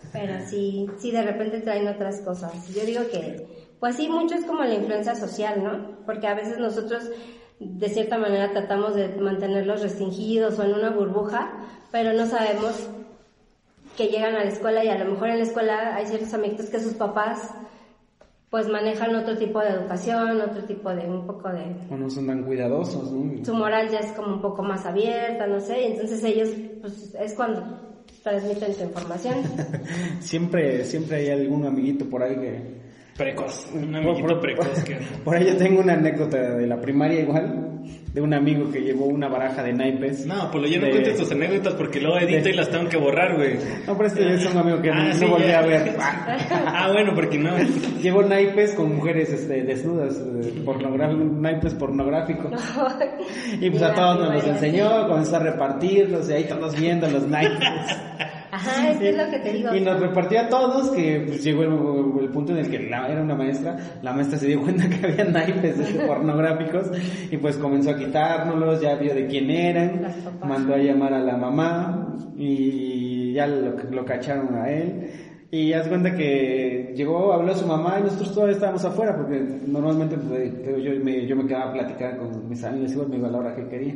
Pero sí de repente traen otras cosas. Yo digo que, pues sí, mucho es como la influencia social, ¿no? Porque a veces nosotros, de cierta manera, tratamos de mantenerlos restringidos o en una burbuja, pero no sabemos que llegan a la escuela y a lo mejor en la escuela hay ciertos amiguitos que sus papás pues manejan otro tipo de educación, otro tipo de, un poco de... O no son tan cuidadosos, ¿no? Su moral ya es como un poco más abierta, no sé, y entonces ellos, pues es cuando transmiten su información. Siempre hay algún amiguito por ahí que... Precoz, un amiguito precoz que... Por ahí yo tengo una anécdota de la primaria igual, de un amigo que llevó una baraja de naipes. No, pues ya no cuentes tus anécdotas porque luego edito y las tengo que borrar, güey. No, pero este es un amigo que no sí, volví a ver. Bueno, porque no. Llevó naipes con mujeres desnudas, naipes pornográficos. Y pues a todos nos los enseñó, comenzó a repartirlos y ahí todos viendo los naipes. Ajá, es lo que te digo. Y nos repartió a todos, que pues llegó el punto en el que era una maestra, la maestra se dio cuenta que había naipes pornográficos y pues comenzó a quitárnoslos, ya vio de quién eran, mandó a llamar a la mamá y ya lo cacharon a él. Y haz cuenta que llegó, habló a su mamá y nosotros todavía estábamos afuera porque normalmente pues, yo me quedaba a platicar con mis amigos, igual me iba a la hora que quería.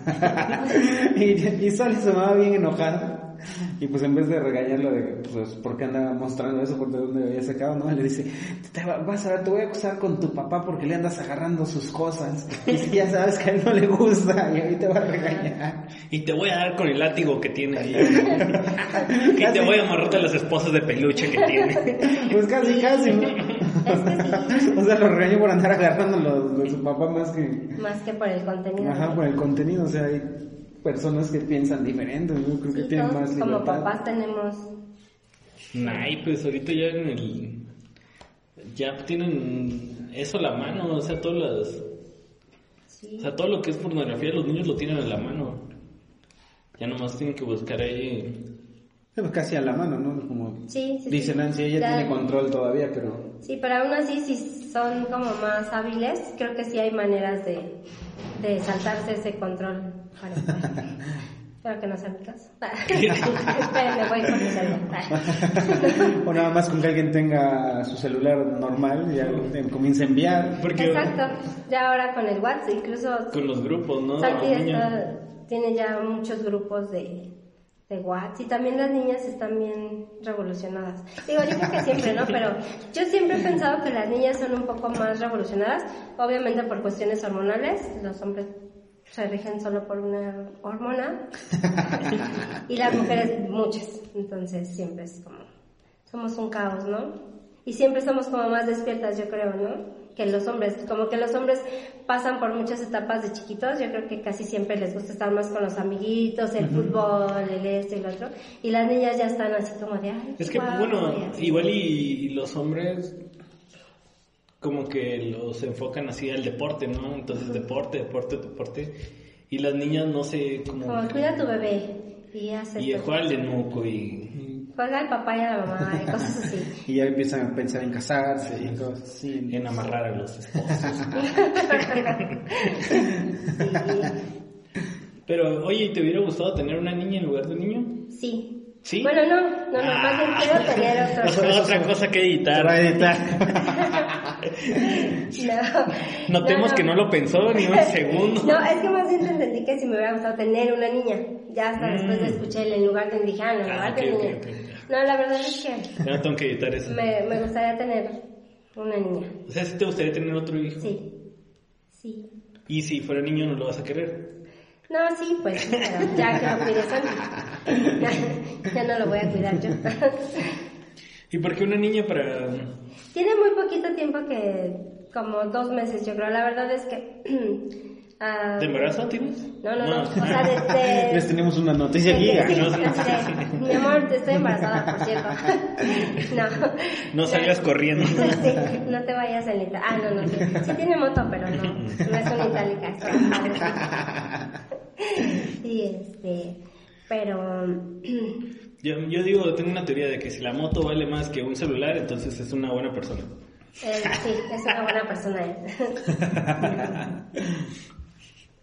y sale su mamá bien enojada. Y pues en vez de regañarlo de pues por qué andaba mostrando eso, por de dónde había sacado, ¿no? Le dice, vas a ver, te voy a acusar con tu papá porque le andas agarrando sus cosas. Y si ya sabes que a él no le gusta y ahí te va a regañar. Y te voy a dar con el látigo que tiene ahí. Y te voy a amarrar de las esposas de peluche que tiene. Pues casi, ¿no? O sea, lo regañó por andar agarrando los de su papá más que por el contenido. Ajá, por el contenido, o sea, hay personas que piensan diferente, yo creo que tienen más libertad. Como papás tenemos... Pues ahorita ya tienen eso a la mano, o sea, todas las... Sí. O sea, todo lo que es pornografía los niños lo tienen a la mano. Ya nomás tienen que buscar ahí... Pero casi a la mano, ¿no? Como dice Nancy, ella ya tiene control todavía, pero... Sí, pero aún así, si son como más hábiles, creo que sí hay maneras de saltarse ese control. Espero que no sea mi caso. Me voy con mi celular. O nada más con que alguien tenga su celular normal y ya comienza a enviar. Exacto, ya ahora con el WhatsApp, incluso... Con los grupos, ¿no? Santi tiene ya muchos grupos de WhatsApp y también las niñas están bien revolucionadas. Digo, yo creo que siempre, ¿no? Pero yo siempre he pensado que las niñas son un poco más revolucionadas, obviamente por cuestiones hormonales, los hombres se rigen solo por una hormona y las mujeres muchas, entonces siempre es como, somos un caos, ¿no? Y siempre somos como más despiertas, yo creo, ¿no? Que los hombres, como que los hombres pasan por muchas etapas de chiquitos, yo creo que casi siempre les gusta estar más con los amiguitos, el fútbol, el y el otro, y las niñas ya están así como de, ay, es que bueno, igual y los hombres como que los enfocan así al deporte, ¿no? Entonces deporte, y las niñas no sé como cuida a tu bebé y juega al enuco y juega al papá y a la mamá y cosas así. Y ya empiezan a pensar en casarse y cosas así. En amarrar a los esposos. Pero, oye, ¿te hubiera gustado tener una niña en lugar de un niño? Sí. ¿Sí? Bueno, no, más bien quiero tener otra cosa que editar. Para editar. Notemos que no lo pensó ni un segundo. No, es que más bien entendí que si me hubiera gustado tener una niña. Ya hasta después de escuché en lugar de dije, en lugar de niña. Okay. No, la verdad es que... Ya no tengo que editar eso. Me gustaría tener una niña. O sea, ¿sí te gustaría tener otro hijo? Sí. ¿Y si fuera niño no lo vas a querer? No, sí, pues, pero ya que lo cuide Santi. Ya no lo voy a cuidar yo. ¿Y por qué una niña para...? Tiene muy poquito tiempo que... Como 2 meses, yo creo. La verdad es que... ¿De embarazo tienes? No. O sea, desde... Les tenemos una noticia aquí. Mi amor, estoy embarazada, por cierto. No salgas corriendo. Sí, no te vayas en itálica. No. Sí tiene moto, pero no es una itálica. Sí, pero... Yo digo, tengo una teoría de que si la moto vale más que un celular, entonces es una buena persona. Sí, es una buena persona.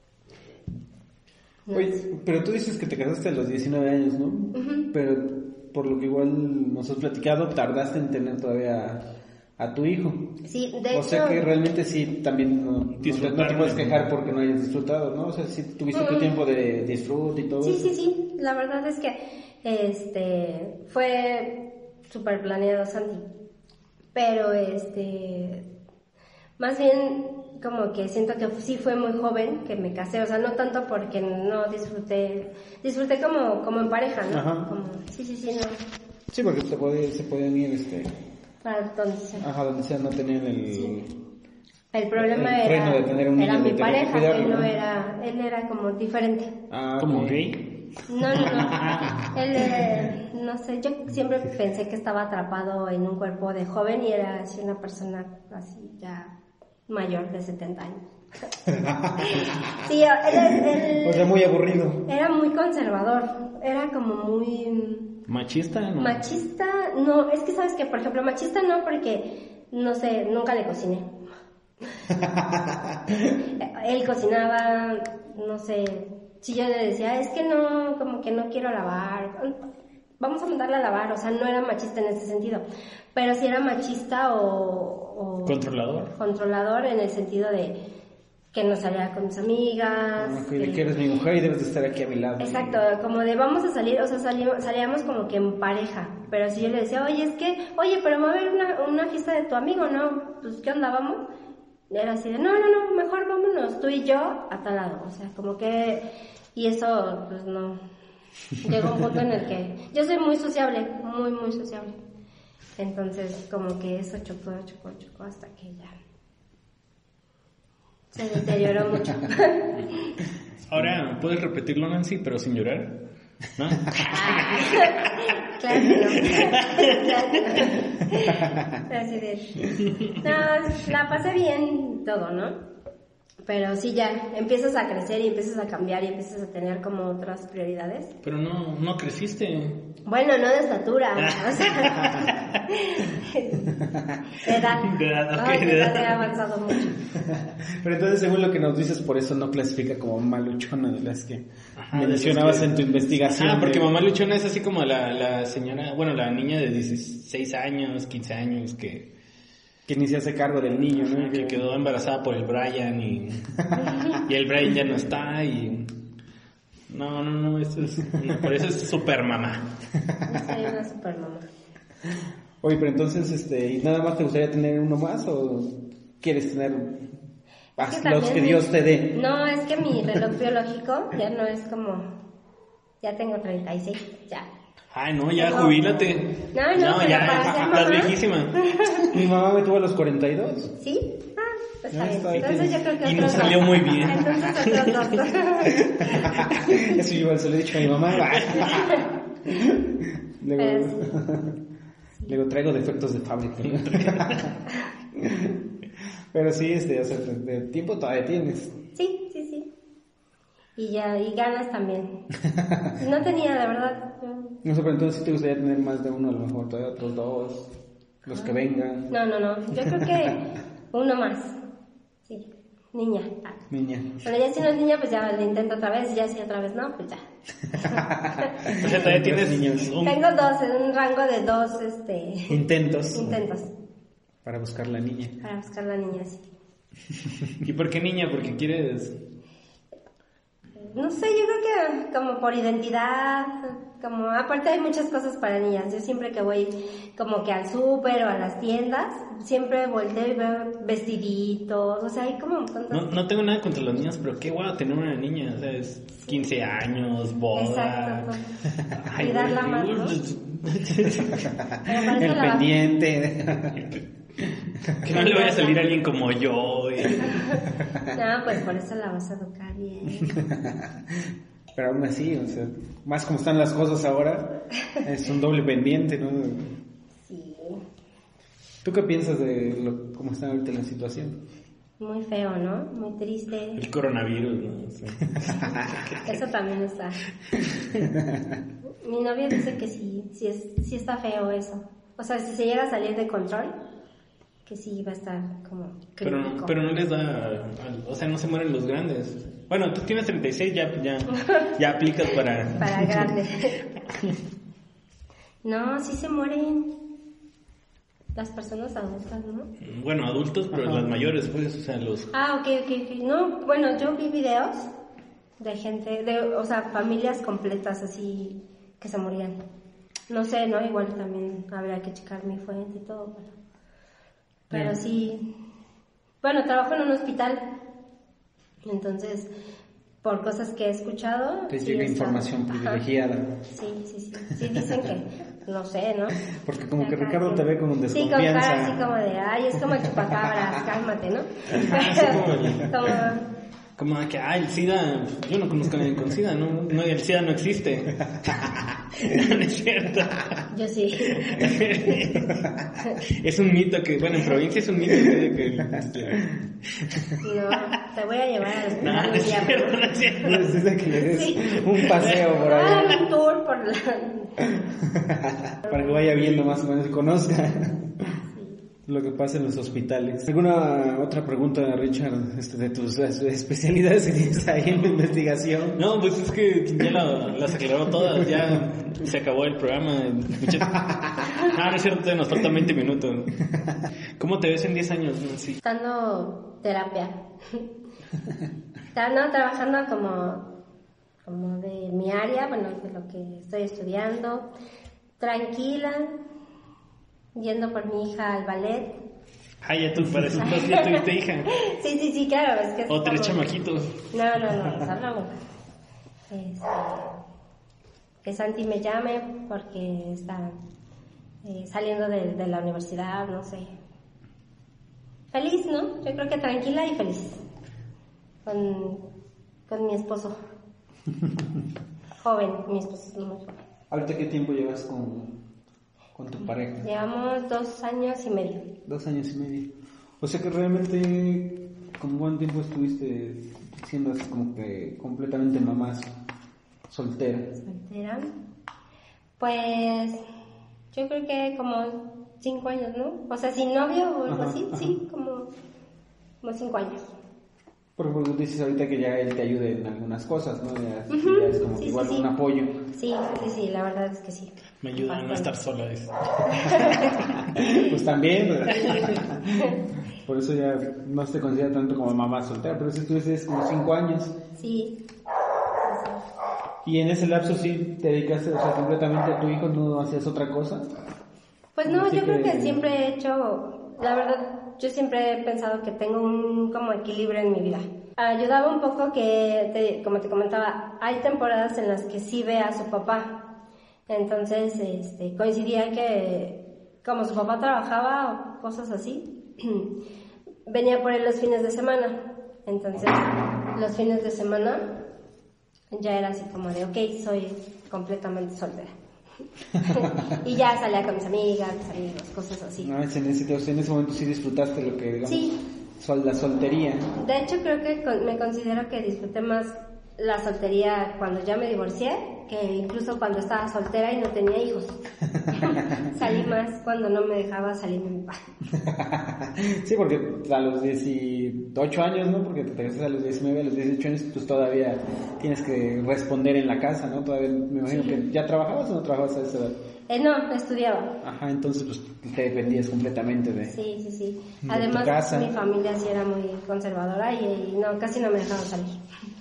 Oye, pero tú dices que te casaste a los 19 años, ¿no? Pero por lo que igual nos has platicado, tardaste en tener todavía a tu hijo. Sí, de hecho... O sea que realmente sí, también no te puedes quejar porque no hayas disfrutado, ¿no? O sea, sí tuviste tu tiempo de disfrute y todo eso. Sí, la verdad es que fue súper planeado, Santi. Pero más bien como que siento que sí fue muy joven que me casé, o sea, no tanto porque no disfruté como en pareja, ¿no? Ajá. Como, sí, no. Sí, porque se podían ir Para donde sea. Ajá, donde sea, no tenían el... Sí. El problema el freno de tener un niño, era mi de tener que pareja, cuidarlo, que no ¿no? él era como diferente. ¿Como ok. gay? No. Él, no sé, yo siempre pensé que estaba atrapado en un cuerpo de joven y era así una persona así ya mayor de 70 años. Sí, él O sea, muy aburrido. era muy conservador, era como muy... ¿Machista? No. Machista, no, es que sabes que, por ejemplo, machista no porque, no sé, nunca le cociné. Él cocinaba, no sé, si yo le decía, es que no, como que no quiero lavar, vamos a mandarla a lavar, o sea, no era machista en ese sentido, pero sí era machista o controlador en el sentido de que no salía con mis amigas. Que eres mi mujer y debes de estar aquí a mi lado. Exacto, como de vamos a salir, o sea, salíamos como que en pareja, pero si yo le decía, oye, pero va a haber una fiesta de tu amigo, ¿no? Pues, ¿qué onda, vamos? Era así de, no, mejor vámonos, tú y yo a tal lado, o sea, como que, y eso, pues no, llegó un punto en el que, yo soy muy sociable, muy sociable, entonces como que eso chocó hasta que ya se deterioró mucho. Ahora, ¿puedes repetirlo, Nancy, pero sin llorar? ¿No? Claro que no. Así de... No, la pasé bien todo, ¿no? Pero sí, ya empiezas a crecer y empiezas a cambiar y empiezas a tener como otras prioridades. Pero no creciste. Bueno, no de estatura, o sea, de edad. De edad he avanzado mucho. Pero entonces, según lo que nos dices, por eso no clasifica como mamá luchona de las que mencionabas en tu investigación. Porque mamá luchona es así como la señora, bueno, la niña de 16 años, 15 años que ni se hace cargo del niño, ¿no? Que quedó embarazada por el Brian y el Brian ya no está y... No, por eso es super mamá. Soy una super mamá. Oye, pero entonces, ¿y nada más te gustaría tener uno más o quieres tener los que Dios te dé? No, es que mi reloj biológico ya no es como... Ya tengo 36, ya. Ay, no, ya jubílate. No, ya, estás viejísima. Mi mamá me tuvo a los 42. ¿Sí? Pues Ya está bien. Entonces yo creo que y nos salió muy bien. Entonces otros dos. Eso yo igual se lo he dicho a mi mamá. Luego traigo defectos de fábrica. Pero sí, o sea, de tiempo todavía tienes. Sí. Y ganas también. No tenía, la verdad. No sé, pero entonces sí te gustaría tener más de uno, a lo mejor todavía otros dos, los que vengan. No. Yo creo que uno más. Sí, niña. Niña. Bueno, ya si no es niña, pues ya lo intento otra vez. Ya si otra vez no, pues ya. O sea, todavía tienes niños. Tengo un rango de dos, Intentos. Para buscar la niña. Sí. ¿Y por qué niña? Porque quieres... No sé, yo creo que como por identidad, como aparte hay muchas cosas para niñas. Yo siempre que voy como que al súper o a las tiendas, siempre volteo y veo vestiditos, o sea, hay como tantas... No tengo nada contra los niños, pero qué guay tener una niña, o sea, es 15 años, boda... Exacto, Ay, cuidarla más, ¿no? El pendiente... Que no le vaya a salir a alguien como yo. No, pues por eso la vas a educar bien. Pero aún así, o sea, más como están las cosas ahora, es un doble pendiente, ¿no? Sí. ¿Tú qué piensas de cómo está ahorita la situación? Muy feo, ¿no? Muy triste. El coronavirus, ¿no? Sí. Eso también está. Mi novia dice que sí está feo eso. O sea, si se llega a salir de control, que sí va a estar como crítico. Pero no les da, o sea, no se mueren los grandes. Bueno, tú tienes 36, ya aplicas para... Para grande. No, sí se mueren las personas adultas, ¿no? Bueno, adultos, pero las mayores, pues, o sea, los... Ah, ok. No, bueno, yo vi videos de gente, o sea, familias completas así que se morían. No sé, ¿no? Igual también habría que checar mi fuente y todo, pero sí. Bueno, trabajo en un hospital, entonces, por cosas que he escuchado... Te llega información privilegiada. Sí, dicen que, no sé, ¿no? Porque como que Ricardo te ve con un desconfianza. Sí, con cara así como de, ay, es como el chupacabras, cálmate, ¿no? Como que, el SIDA, yo no conozco a nadie con SIDA, no, el SIDA no existe. No es cierto. Yo sí. Es un mito que, bueno, en provincia es un mito que no, te voy a llevar a los no es cierto, no es cierto. Necesita que le des un paseo por ahí. Un tour por la... Para que vaya viendo más o menos y conozca lo que pasa en los hospitales. ¿Alguna otra pregunta, Richard, de tus especialidades que tienes ahí en la investigación? No, pues es que ya las aclaró todas, ya se acabó el programa. No es cierto, nos faltan 20 minutos. ¿Cómo te ves en 10 años, Nancy? Dando terapia. Trabajando como de mi área, bueno, de lo que estoy estudiando, tranquila, yendo por mi hija al ballet. Ya tú, para eso ya tuviste hija. Sí, claro, es que... O 3 chamaquitos. No, solo una. Que Santi me llame porque está saliendo de la universidad, no sé. Feliz, ¿no? Yo creo que tranquila y feliz. Con mi esposo. Joven, mi esposo es muy joven. ¿Ahorita qué tiempo llevas con tu pareja? Llevamos 2 años y medio. 2 años y medio. O sea que realmente, ¿con cuánto tiempo estuviste siendo así como que completamente mamá soltera? Pues yo creo que como 5 años, ¿no? O sea, sin novio o algo así, sí, como 5 años. Porque tú dices ahorita que ya él te ayude en algunas cosas, ¿no? Ya es como que igual un apoyo. Sí, la verdad es que sí. Me ayuda a no estar sola. Pues también, ¿verdad? Por eso ya no se considera tanto como mamá soltera, pero si tú dices como 5 años. Sí. ¿Y en ese lapso sí te dedicaste, o sea, completamente a tu hijo, no hacías otra cosa? Pues no, yo creo que siempre he hecho, la verdad, yo siempre he pensado que tengo un como equilibrio en mi vida. Ayudaba un poco que, como te comentaba, hay temporadas en las que sí ve a su papá. Entonces, coincidía que como su papá trabajaba o cosas así, venía por él los fines de semana. Entonces, los fines de semana ya era así como de, ok, soy completamente soltera. Y ya salía con mis amigas, mis amigos, cosas así. No, en ese momento sí disfrutaste lo que, digamos, sí. La soltería. De hecho, creo que me considero que disfruté más la soltería cuando ya me divorcié que incluso cuando estaba soltera y no tenía hijos. Salí más cuando no me dejaba salir mi papá. Sí, porque a los 18 años, ¿no? Porque te casas a los 19, a los 18 años, pues todavía tienes que responder en la casa, ¿no? Todavía me imagino que ya trabajabas o no trabajabas a esa edad. No, estudiaba. Ajá, entonces pues te dependías completamente de... Sí. De además, tu casa. Mi familia sí era muy conservadora y no, casi no me dejaban salir.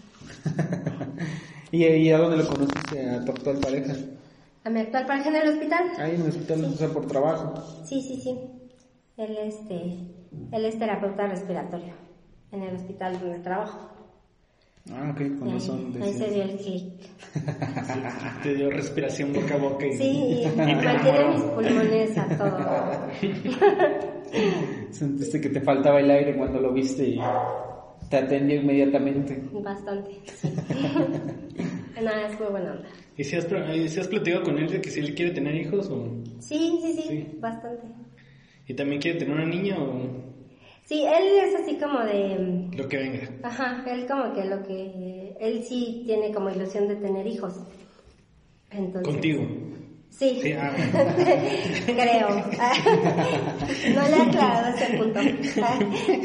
¿Y a dónde lo conociste a tu actual pareja? A mi actual pareja en el hospital. Ahí en el hospital, sí. O sea, por trabajo. Sí. Él es terapeuta respiratorio en el hospital donde trabajo. Ah, ok, con razón. Ahí se dio el clic. Te dio respiración boca a boca. Sí, mantiene mis pulmones a todo. Sentiste que te faltaba el aire cuando lo viste y te atendió inmediatamente. Bastante, sí. Nada, es muy buena onda. ¿Y si has platicado con él de que si él quiere tener hijos o...? Sí, bastante. ¿Y también quiere tener una niña o...? Sí, él es así como de... Lo que venga. Ajá, él como que él sí tiene como ilusión de tener hijos. Entonces... ¿Contigo? Sí. Creo. No le he aclarado ese punto.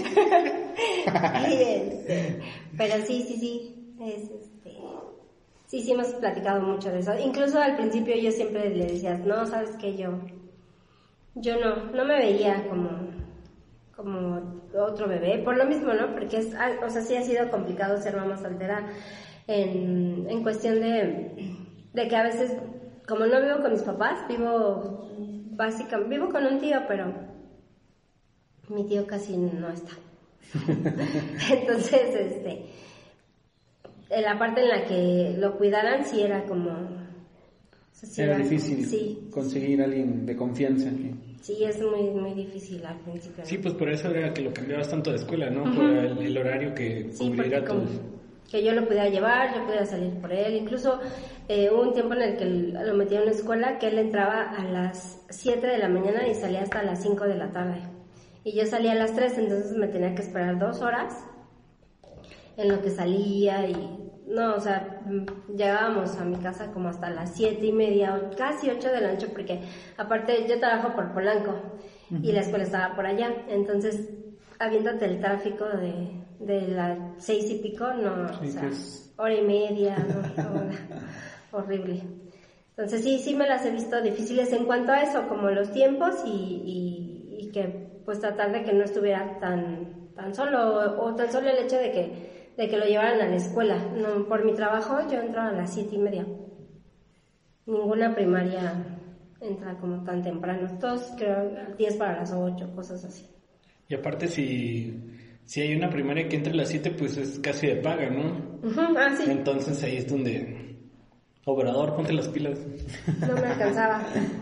Pero sí. sí hemos platicado mucho de eso. Incluso al principio yo siempre le decía, no, ¿sabes qué? Yo no me veía como otro bebé, por lo mismo, ¿no? Porque sí ha sido complicado ser mamá soltera en cuestión de que a veces, como no vivo con mis papás, vivo con un tío, pero mi tío casi no está. Entonces, en la parte en la que lo cuidaran sí era como... era difícil conseguir a alguien de confianza. Sí, es muy, muy difícil al principio, ¿no? Sí, pues por eso era que lo cambiabas tanto de escuela, ¿no? Por el horario que cubriera que yo lo pudiera llevar, yo pudiera salir por él. Incluso hubo un tiempo en el que lo metí en una escuela que él entraba a las 7 de la mañana y salía hasta las 5 de la tarde. Y yo salía a las 3, entonces me tenía que esperar 2 horas en lo que salía y... No, o sea, llegábamos a mi casa como hasta las 7:30 o casi 8 de la noche, porque aparte yo trabajo por Polanco y la escuela estaba por allá, entonces habiéndote el tráfico de las 6 y pico, no, sí, o sea, hora y media, no, horrible. Entonces sí me las he visto difíciles en cuanto a eso, como los tiempos y que pues tratar de que no estuviera tan solo, o tan solo el hecho de que lo llevaran a la escuela. No, por mi trabajo yo entraba a las 7:30. Ninguna primaria entra como tan temprano. Todos creo 10 para las 8, cosas así. Y aparte si hay una primaria que entra a las 7, pues es casi de paga, ¿no? Sí. Entonces ahí es donde... Obrador, ponte las pilas. No me alcanzaba.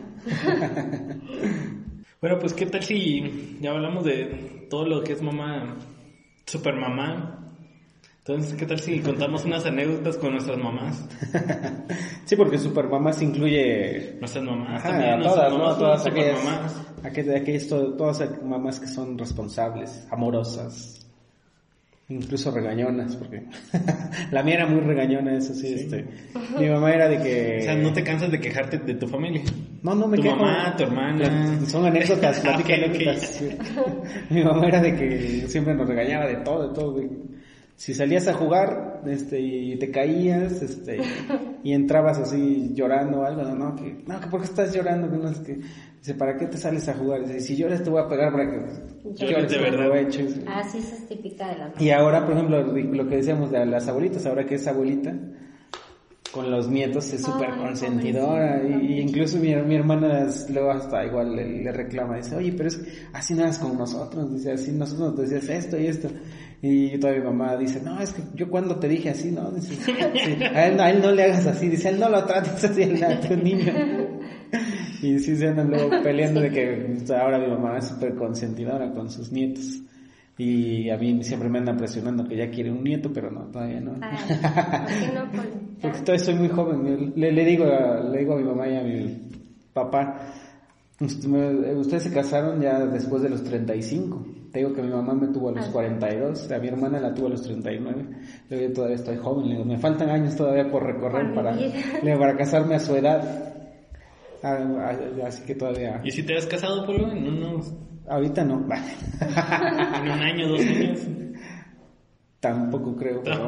Bueno, pues qué tal si ya hablamos de todo lo que es mamá, super mamá. Entonces, ¿qué tal si contamos unas anécdotas con nuestras mamás? Sí, porque supermamás incluye... Nuestras mamás también. Todas aquellas todas mamás que son responsables, amorosas, incluso regañonas, porque la mía era muy regañona, eso sí. Mi mamá era de que... O sea, ¿no te cansas de quejarte de tu familia? No me quejo. Tu mamá, tu hermana... Son anécdotas, anécdotas. Sí. Mi mamá era de que siempre nos regañaba de todo, si salías a jugar, y te caías, y entrabas así llorando o algo, que ¿por qué estás llorando? Que no es que, dice, ¿para qué te sales a jugar? Dice, si lloras te voy a pegar para que llores de verdad. Sí, eso es típica de la... Y ahora, por ejemplo, lo que decíamos de las abuelitas, ahora que es abuelita, con los nietos es súper consentidora, y incluso mi hermana luego hasta igual le reclama, dice, oye, pero es que así no eras con nosotros, dice, así nosotros nos decías esto y esto, y todavía mi mamá dice, no, es que yo cuando te dije así, no, dice, sí, a él no le hagas así, dice, a él no lo trates así a tu niño, y sí se andan luego peleando de que ahora mi mamá es súper consentidora con sus nietos. Y a mí siempre me andan presionando que ya quiere un nieto, pero no, todavía no. ¿Por qué no? Porque todavía soy muy joven. Le digo a mi mamá y a mi papá, ustedes se casaron ya después de los 35. Te digo que mi mamá me tuvo a los 42, a mi hermana la tuvo a los 39. Yo todavía estoy joven, le digo, me faltan años todavía por recorrer para casarme a su edad. Así que todavía... ¿Y si te has casado, Polo, en unos...? Ahorita no. ¿En un año, 2 años? Tampoco creo, pero...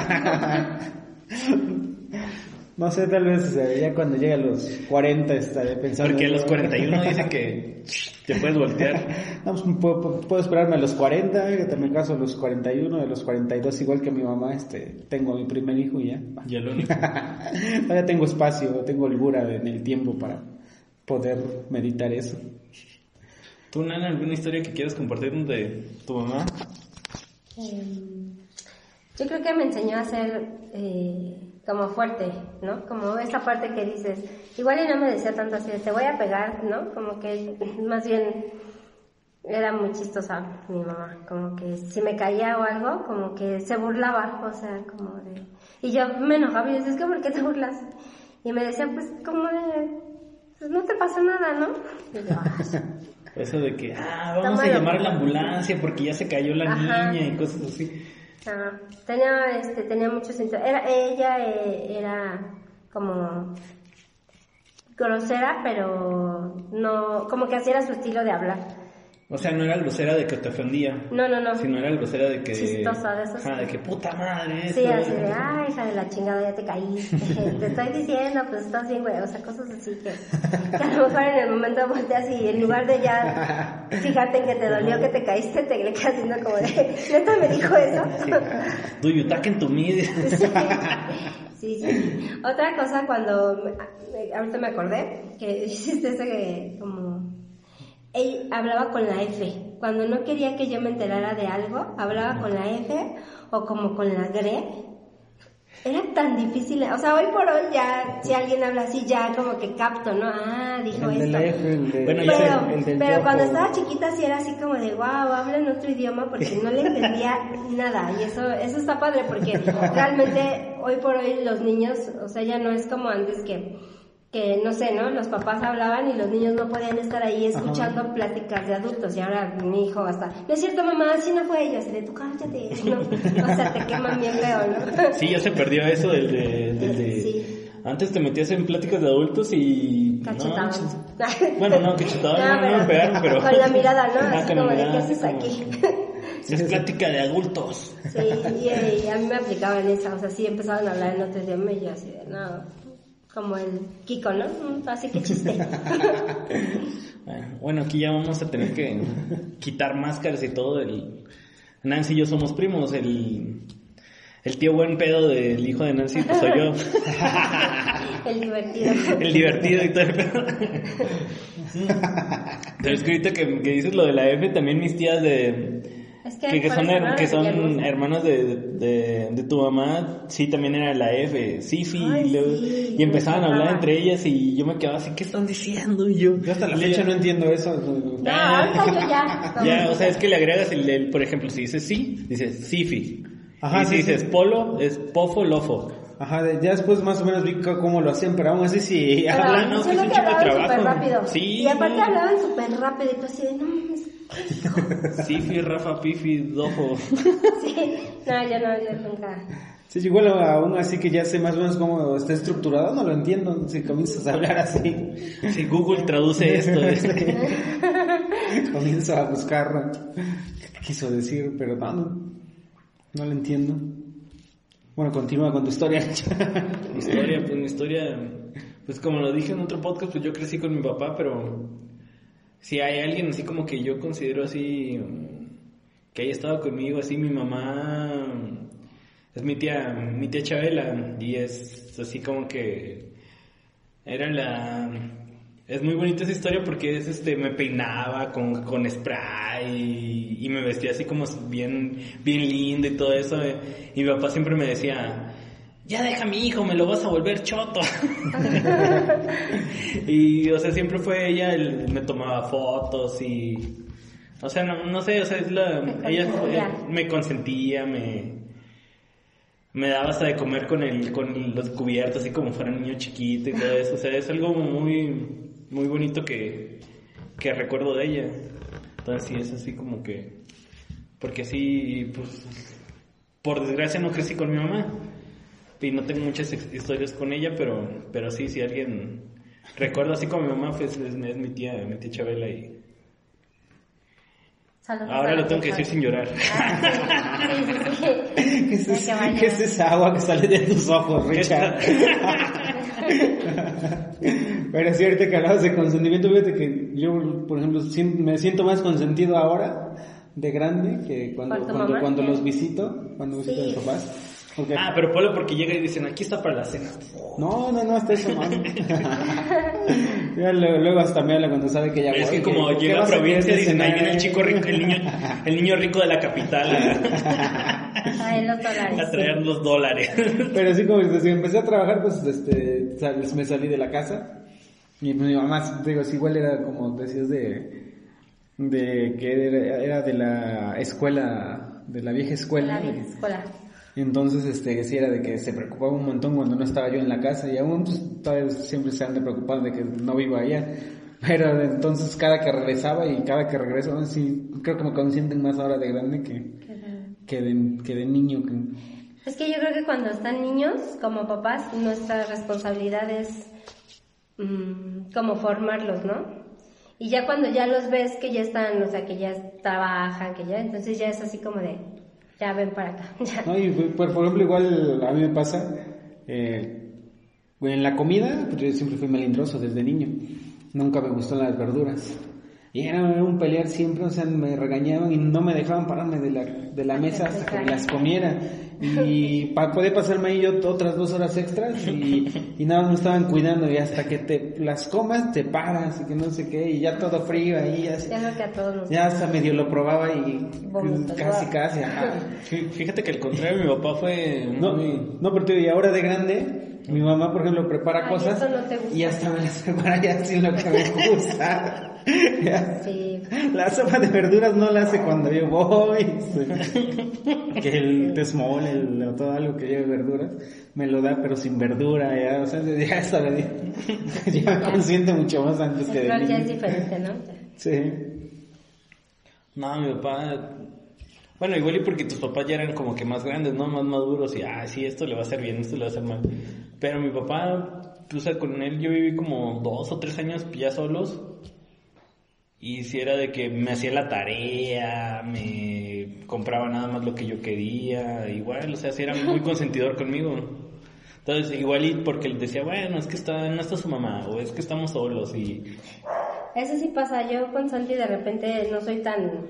No sé, tal vez ya cuando llegue a los 40 estaré pensando... Porque a los 41 dicen que te puedes voltear. No, pues puedo esperarme a los 40, que me caso a los 41, a los 42, igual que mi mamá, tengo a mi primer hijo y ya. Ya lo único. Todavía tengo espacio, tengo holgura en el tiempo para poder meditar eso. ¿Tú, Nana, alguna historia que quieras compartirnos de tu mamá? Yo creo que me enseñó a ser como fuerte, ¿no? Como esa parte que dices, igual y no me decía tanto así, te voy a pegar, ¿no? Como que más bien era muy chistosa mi mamá, como que si me caía o algo, como que se burlaba, o sea, como de... Y yo me enojaba y decía, es que ¿por qué te burlas? Y me decía, pues como de, pues no te pasa nada, ¿no? Y yo, eso de que, vamos a llamar a la ambulancia porque ya se cayó la niña y cosas así. Tenía mucho sentido. Ella era como grosera, pero no, como que así era su estilo de hablar. O sea, no era grosera de que te ofendía. No. Sino era grosera de que... Chistosa, de eso sí. de que puta madre. Sí, así de, ay, hija de la chingada, ya te caíste. Te estoy diciendo, pues estás bien, güey. O sea, cosas así que a lo mejor en el momento volteas y en lugar de ya fíjate en que te dolió que te caíste, te le quedas haciendo como de, ¿neta me dijo eso? Do you talking to me? Sí. Otra cosa cuando, ahorita me acordé, que dijiste eso que como... Él hablaba con la F. Cuando no quería que yo me enterara de algo, hablaba con la F o como con la GRE. Era tan difícil. O sea, hoy por hoy ya, si alguien habla así, ya como que capto, ¿no? Ah, dijo el esto. Del F, Pero cuando estaba chiquita sí era así como de, wow, habla en otro idioma porque no le entendía nada. Y eso está padre porque realmente hoy por hoy los niños, o sea, ya no es como antes que no sé, ¿no? Los papás hablaban y los niños no podían estar ahí escuchando pláticas de adultos. Y ahora mi hijo hasta, no es cierto, mamá, así no fue ella. Así de, tú cállate, ¿no? O sea, te queman bien feo, ¿no? Sí, ya se perdió eso del de... Sí. Antes te metías en pláticas de adultos y... Cachetaban. No, cachetaban, no me pegaron, pero... Con la mirada, ¿no? Así como de, ¿qué haces aquí? Es plática de adultos. Sí, y a mí me aplicaban esa. O sea, sí empezaban a hablar en otro idioma y yo así de, no... Como el Kiko, ¿no? Así que chiste. Bueno, aquí ya vamos a tener que quitar máscaras y todo. Nancy y yo somos primos. El tío buen pedo del hijo de Nancy, pues soy yo. El divertido. El divertido y todo el pedo. Pero es que ahorita que dices lo de la F, también mis tías que son hermanos de tu mamá, sí, también era la F, Sifi, y empezaban a hablar entre ellas y yo me quedaba así, ¿qué están diciendo? Y yo hasta la fecha no entiendo eso. No, ahorita yo ya. Ya, o sea, es que le agregas por ejemplo, si dices sí, dices Sifi. Ajá, y si dices polo, es pofo, lofo. Ajá, ya después más o menos vi cómo lo hacían, pero aún así sí hablan, ¿no? Que es un chico de trabajo. Súper rápido. Sí, y aparte hablaban súper rápido y tú así de, no, Sifi, Rafa, Pifi, Dofo. Sí, yo nunca. Sí, igual aún así que ya sé más o menos cómo está estructurado, no lo entiendo si comienzas a hablar así. Si Google traduce esto. Comienzo a buscar qué quiso decir, pero no lo entiendo. Bueno, continúa con tu historia. Mi historia, pues como lo dije en otro podcast, pues yo crecí con mi papá, pero si hay alguien así como que yo considero así, que haya estado conmigo, así mi mamá es mi tía Chabela, y es así como que es muy bonita esa historia porque me peinaba con spray y me vestía así como bien lindo y todo eso, y mi papá siempre me decía, ya deja a mi hijo, me lo vas a volver choto. Y o sea, siempre fue ella, me tomaba fotos y o sea, no sé, o sea, ella me consentía, me daba hasta de comer con los cubiertos así como fuera un niño chiquito y todo eso. O sea, es algo muy muy bonito que recuerdo de ella. Entonces sí, es así como que, porque sí, pues por desgracia no crecí con mi mamá y no tengo muchas historias con ella, pero sí, si alguien recuerda así con mi mamá, pues es mi tía Chabela y saludos. Ahora lo tengo que decir sin llorar. ¿Qué es esa agua que sale de tus ojos, Richard? Pero es cierto que hablabas de consentimiento. Fíjate que yo, por ejemplo, me siento más consentido ahora de grande que cuando los visito, cuando visito a mis papás. Porque... pero Polo porque llega y dicen, aquí está para la cena. No, hasta eso, no. Ya luego hasta me habla cuando sabe que ya... Es que como llega a provincia y dicen, ahí viene el chico rico, el niño rico de la capital a traer los dólares. Pero así como desde que empecé a trabajar, pues me salí de la casa. Y pues mi mamá, digo, igual era como decías de que era de la escuela, de la vieja escuela. La vieja escuela. Entonces, sí era de que se preocupaba un montón cuando no estaba yo en la casa, y aún pues, todavía siempre se han de preocupar de que no vivo allá. Pero entonces cada que regresaba y cada que regreso, sí, creo que me consienten más ahora de grande que de niño. Es que yo creo que cuando están niños, como papás, nuestra responsabilidad es como formarlos, ¿no? Y ya cuando ya los ves que ya están, o sea, que ya trabajan, que ya, entonces ya es así como de, ya ven para acá. Ya. No, y por ejemplo, igual a mí me pasa, en la comida, pues yo siempre fui melindroso desde niño. Nunca me gustó las verduras. Y era un pelear siempre, o sea, me regañaban y no me dejaban pararme de la mesa hasta que me las comiera. Y poder pasarme ahí yo otras 2 horas extras y nada más me estaban cuidando y hasta que te las comas te paras y que no sé qué y ya todo frío ahí así. Ya, que a todos nos... ya hasta medio lo probaba y Vomito, casi ajá. Fíjate que al contrario, mi papá fue... No, pero tío, y ahora de grande, mi mamá, por ejemplo, prepara cosas eso no te gusta. y hasta me las prepara ya sin lo que me gusta. Sí. La sopa de verduras no la hace cuando yo voy. Que el tesmol, todo algo que lleve verduras, me lo da, pero sin verdura. Ya, o sea, ya sabe, ya me consiente mucho más antes que de Claro, ya niño. es diferente, ¿no? Sí. No, mi papá... Bueno, igual y porque tus papás ya eran como que más grandes, ¿no? Más maduros y, sí, esto le va a hacer bien, esto le va a hacer mal. Pero mi papá, o sea, con él yo viví como 2 o 3 años ya solos. Y si era de que me hacía la tarea, me compraba nada más lo que yo quería, igual, o sea, si era muy consentidor conmigo. Entonces, igual y porque él decía, bueno, es que no está su mamá, o es que estamos solos y... Eso sí pasa, yo con Santi de repente no soy tan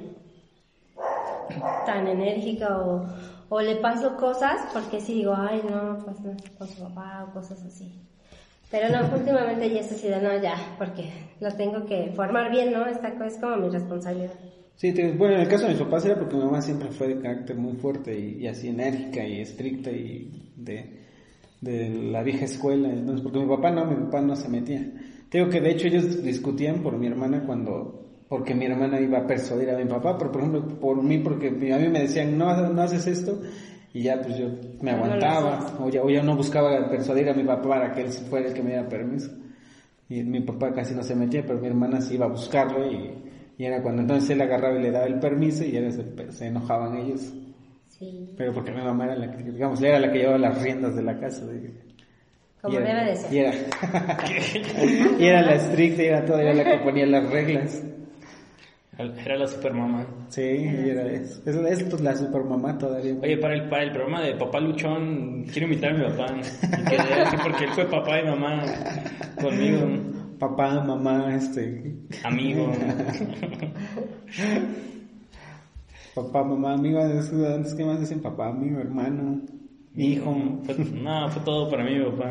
enérgica o le paso cosas porque sí digo, ay no, pues no, con su papá o cosas así. Pero no, últimamente ya es así de no, ya, porque lo tengo que formar bien, ¿no? Esta cosa es como mi responsabilidad. Sí, bueno, en el caso de mis papás era porque mi mamá siempre fue de carácter muy fuerte y así enérgica y estricta y de la vieja escuela. Entonces, porque mi papá no se metía. Te digo que de hecho ellos discutían por mi hermana porque mi hermana iba a persuadir a mi papá, pero por ejemplo por mí, porque a mí me decían no haces esto y ya pues yo me aguantaba o ya no buscaba persuadir a mi papá para que él fuera el que me diera permiso y mi papá casi no se metía, pero mi hermana sí iba a buscarlo y era cuando entonces él agarraba y le daba el permiso y ya se enojaban ellos. Sí. Pero porque mi mamá era la que, digamos, era la que llevaba las riendas de la casa. Como debe de ser. Y era la estricta, y era todavía la que ponía las reglas. Era la supermamá. Sí, y era eso. Es la supermamá todavía. Oye, para el programa de Papá Luchón, quiero invitar a mi papá. Y que así porque él fue papá y mamá conmigo. Papá, mamá, amigo. Papá, mamá, amigo. Antes, ¿qué más dicen? Papá, amigo, hermano, hijo. Fue todo para mí, papá.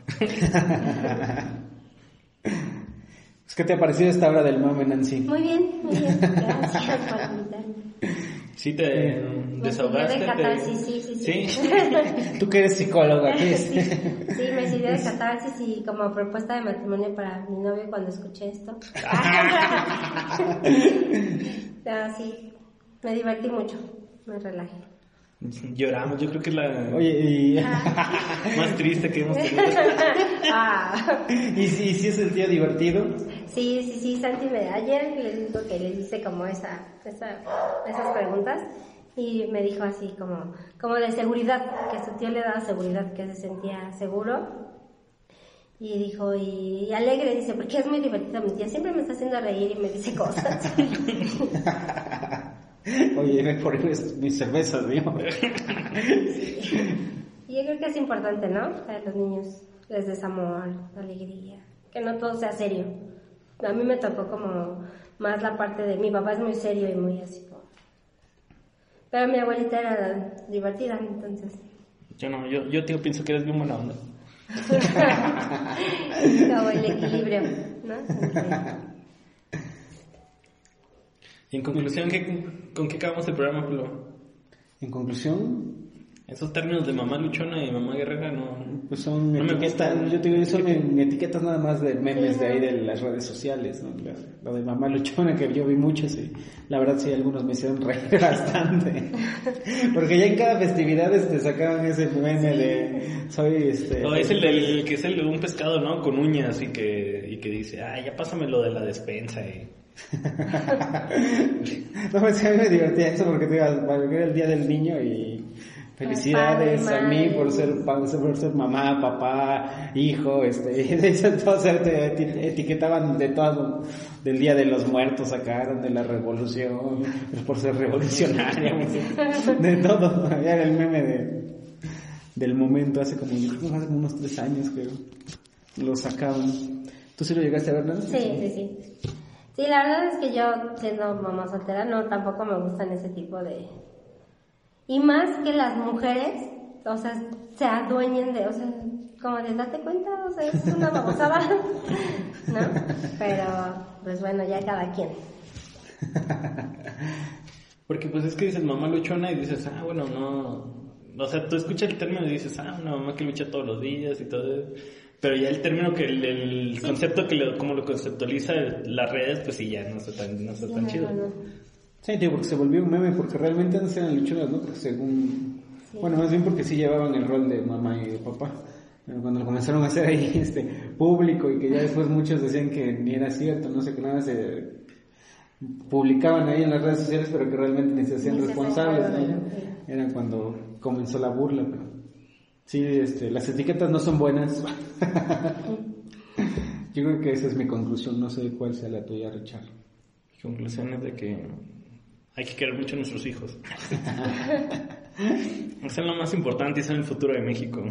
¿Qué te ha parecido esta hora del mame, Nancy? Muy bien. Gracias por invitarme. Sí, te desahogaste. Me sirvió de catarsis, sí. Tú que eres psicóloga, ¿qué es? Sí, me sirvió de catarsis y como propuesta de matrimonio para mi novio cuando escuché esto. Sí, me divertí mucho, me relajé. Lloramos, yo creo que es la Oye, más triste que hemos tenido. ¿Y si es el día divertido? Sí, Santi, ayer les digo que les hice como esas preguntas y me dijo así como de seguridad, que su tío le daba seguridad, que se sentía seguro. Y dijo, y alegre, dice, porque es muy divertido mi tía, siempre me está haciendo reír y me dice cosas. Oye, ve por mis cervezas, ¿no? Y yo creo que es importante, ¿no? Que a los niños les des amor, alegría, que no todo sea serio. A mí me tocó como más la parte de mi papá es muy serio y muy así. Pero mi abuelita era divertida, entonces. Yo tío, pienso que eres bien buena onda. Como el equilibrio, ¿no? Y en conclusión, ¿con qué acabamos el programa, Pablo? En conclusión, esos términos de mamá luchona y mamá guerrera pues son no etiquetas, yo te digo, son etiquetas nada más de memes de ahí de las redes sociales, ¿no? Lo de mamá luchona que yo vi muchos y la verdad sí algunos me hicieron reír bastante. Porque ya en cada festividad sacaban ese meme de soy No, es el que es un pescado, ¿no? Con uñas y que dice, ya pásame lo de la despensa No, pues a mí me divertía eso porque era el día del niño y Felicidades a mí por ser mamá, papá, hijo, todos te etiquetaban de todo, del Día de los Muertos, sacaron de la revolución, por ser revolucionaria, de todo. Era el meme del momento hace como unos 3 años que lo sacaban. ¿Tú sí lo llegaste a ver, no? Sí. Sí, la verdad es que yo, siendo mamá soltera, no, tampoco me gustan ese tipo de... Y más que las mujeres, o sea, se adueñen de, o sea, como de date cuenta, o sea, es una babosada, ¿no? Pero, pues bueno, ya cada quien. Porque pues es que dices mamá luchona y dices, bueno, no... O sea, tú escuchas el término y dices, una mamá que lucha todos los días y todo. Pero ya el término que el sí. Concepto que como lo conceptualiza las redes, pues sí, ya no está tan chido. No. Sí, tío, porque se volvió un meme, porque realmente antes eran luchonas, ¿no? Porque según... Sí. Bueno, más bien porque sí llevaban el rol de mamá y de papá. Pero cuando lo comenzaron a hacer ahí público y que ya después muchos decían que ni era cierto, no sé, que nada se publicaban ahí en las redes sociales, pero que realmente ni se hacían responsables, ¿no? Era cuando comenzó la burla, pero... Sí, las etiquetas no son buenas. Yo creo que esa es mi conclusión, no sé cuál sea la tuya, Richard. Mi conclusión es de que hay que querer mucho a nuestros hijos. Eso es lo más importante y son el futuro de México.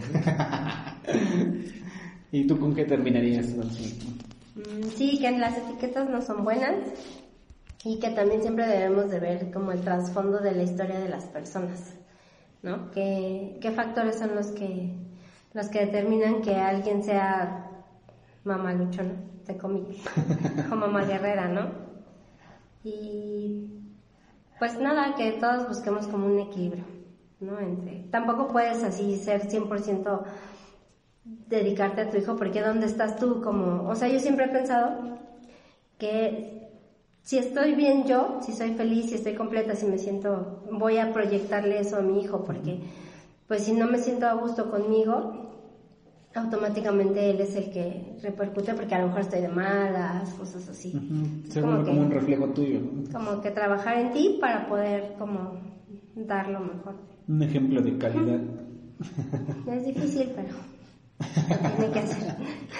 ¿Y tú con qué terminarías? Sí, que las etiquetas no son buenas y que también siempre debemos de ver como el trasfondo de la historia de las personas, ¿no? ¿Qué factores son los que determinan que alguien sea mamá luchona, te comí, o mamá guerrera, ¿no? Y pues nada, que todos busquemos como un equilibrio, ¿no? Tampoco puedes así ser 100% dedicarte a tu hijo, porque ¿dónde estás tú? O sea, yo siempre he pensado que si estoy bien yo, si soy feliz, si estoy completa, si me siento, voy a proyectarle eso a mi hijo, porque pues si no me siento a gusto conmigo, automáticamente él es el que repercute, porque a lo mejor estoy de malas, cosas así. Se vuelve como un reflejo tuyo, ¿no? Como que trabajar en ti para poder como dar lo mejor. Un ejemplo de calidad. Es difícil, pero lo tiene que hacer.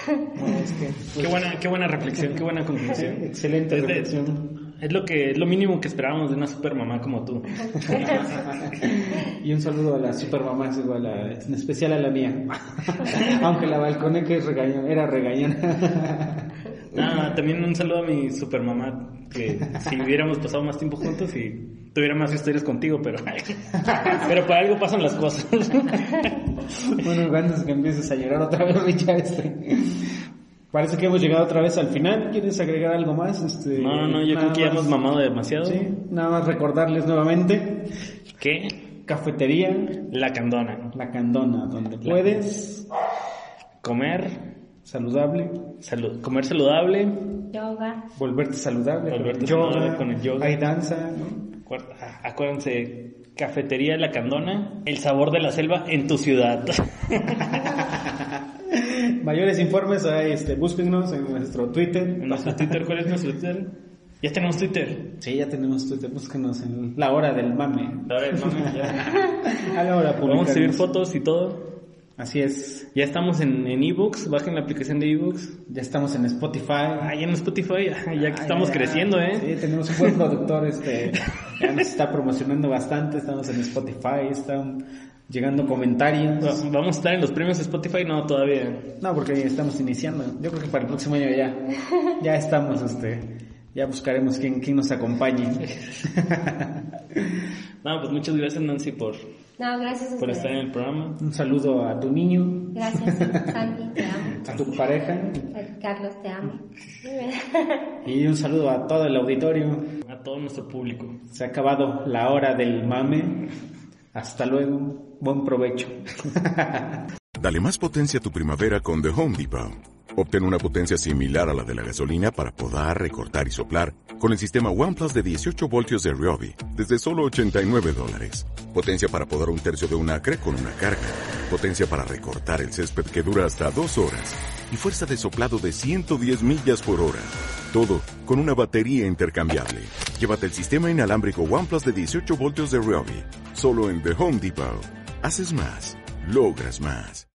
Qué buena reflexión, qué buena conclusión. Excelente reflexión. Es lo mínimo que esperábamos de una super mamá como tú. Y un saludo a las super mamás, igual en especial a la mía. Aunque la balcone que era regañona. También un saludo a mi super mamá, que si hubiéramos pasado más tiempo juntos y tuviera más historias contigo, pero por algo pasan las cosas. Bueno, antes que empieces a llorar otra vez, Richard, parece que hemos llegado otra vez al final. ¿Quieres agregar algo más? No, yo creo que ya hemos mamado demasiado. Sí, nada más recordarles nuevamente que Cafetería La Candona, donde puedes comer saludable, comer saludable, yoga, volverte saludable, yoga, con el yoga, hay danza, ¿no? Acuérdense, Cafetería La Candona, el sabor de la selva en tu ciudad. Mayores informes, búsquennos en nuestro Twitter. ¿En nuestro Twitter? ¿Cuál es nuestro Twitter? ¿Ya tenemos Twitter? Sí, ya tenemos Twitter. Búsquenos en La Hora del Mame. La Hora del Mame, ya. A la hora publicamos. Vamos a subir fotos y todo. Así es. Ya estamos en ebooks. Bajen la aplicación de ebooks. Ya estamos en Spotify. Ya en Spotify. Ya que estamos creciendo, Sí, tenemos un buen productor. Ya nos está promocionando bastante. Estamos en Spotify. Están llegando comentarios. ¿Vamos a estar en los premios de Spotify? No, todavía. No, porque estamos iniciando. Yo creo que para el próximo año ya estamos, ya buscaremos quién nos acompañe. No, pues muchas gracias, Nancy, por estar en el programa. Un saludo a tu niño. Gracias, Santi, te amo. A tu pareja. Carlos, te amo. Y un saludo a todo el auditorio. A todo nuestro público. Se ha acabado la hora del mame. Hasta luego. Buen provecho. Dale más potencia a tu primavera con The Home Depot. Obtén una potencia similar a la de la gasolina para podar, recortar y soplar con el sistema OnePlus de 18 voltios de Ryobi desde solo $89. Potencia para podar 1/3 de un acre con una carga. Potencia para recortar el césped que dura hasta 2 horas. Y fuerza de soplado de 110 millas por hora. Todo con una batería intercambiable. Llévate el sistema inalámbrico OnePlus de 18 voltios de Ryobi. Solo en The Home Depot. Haces más, logras más.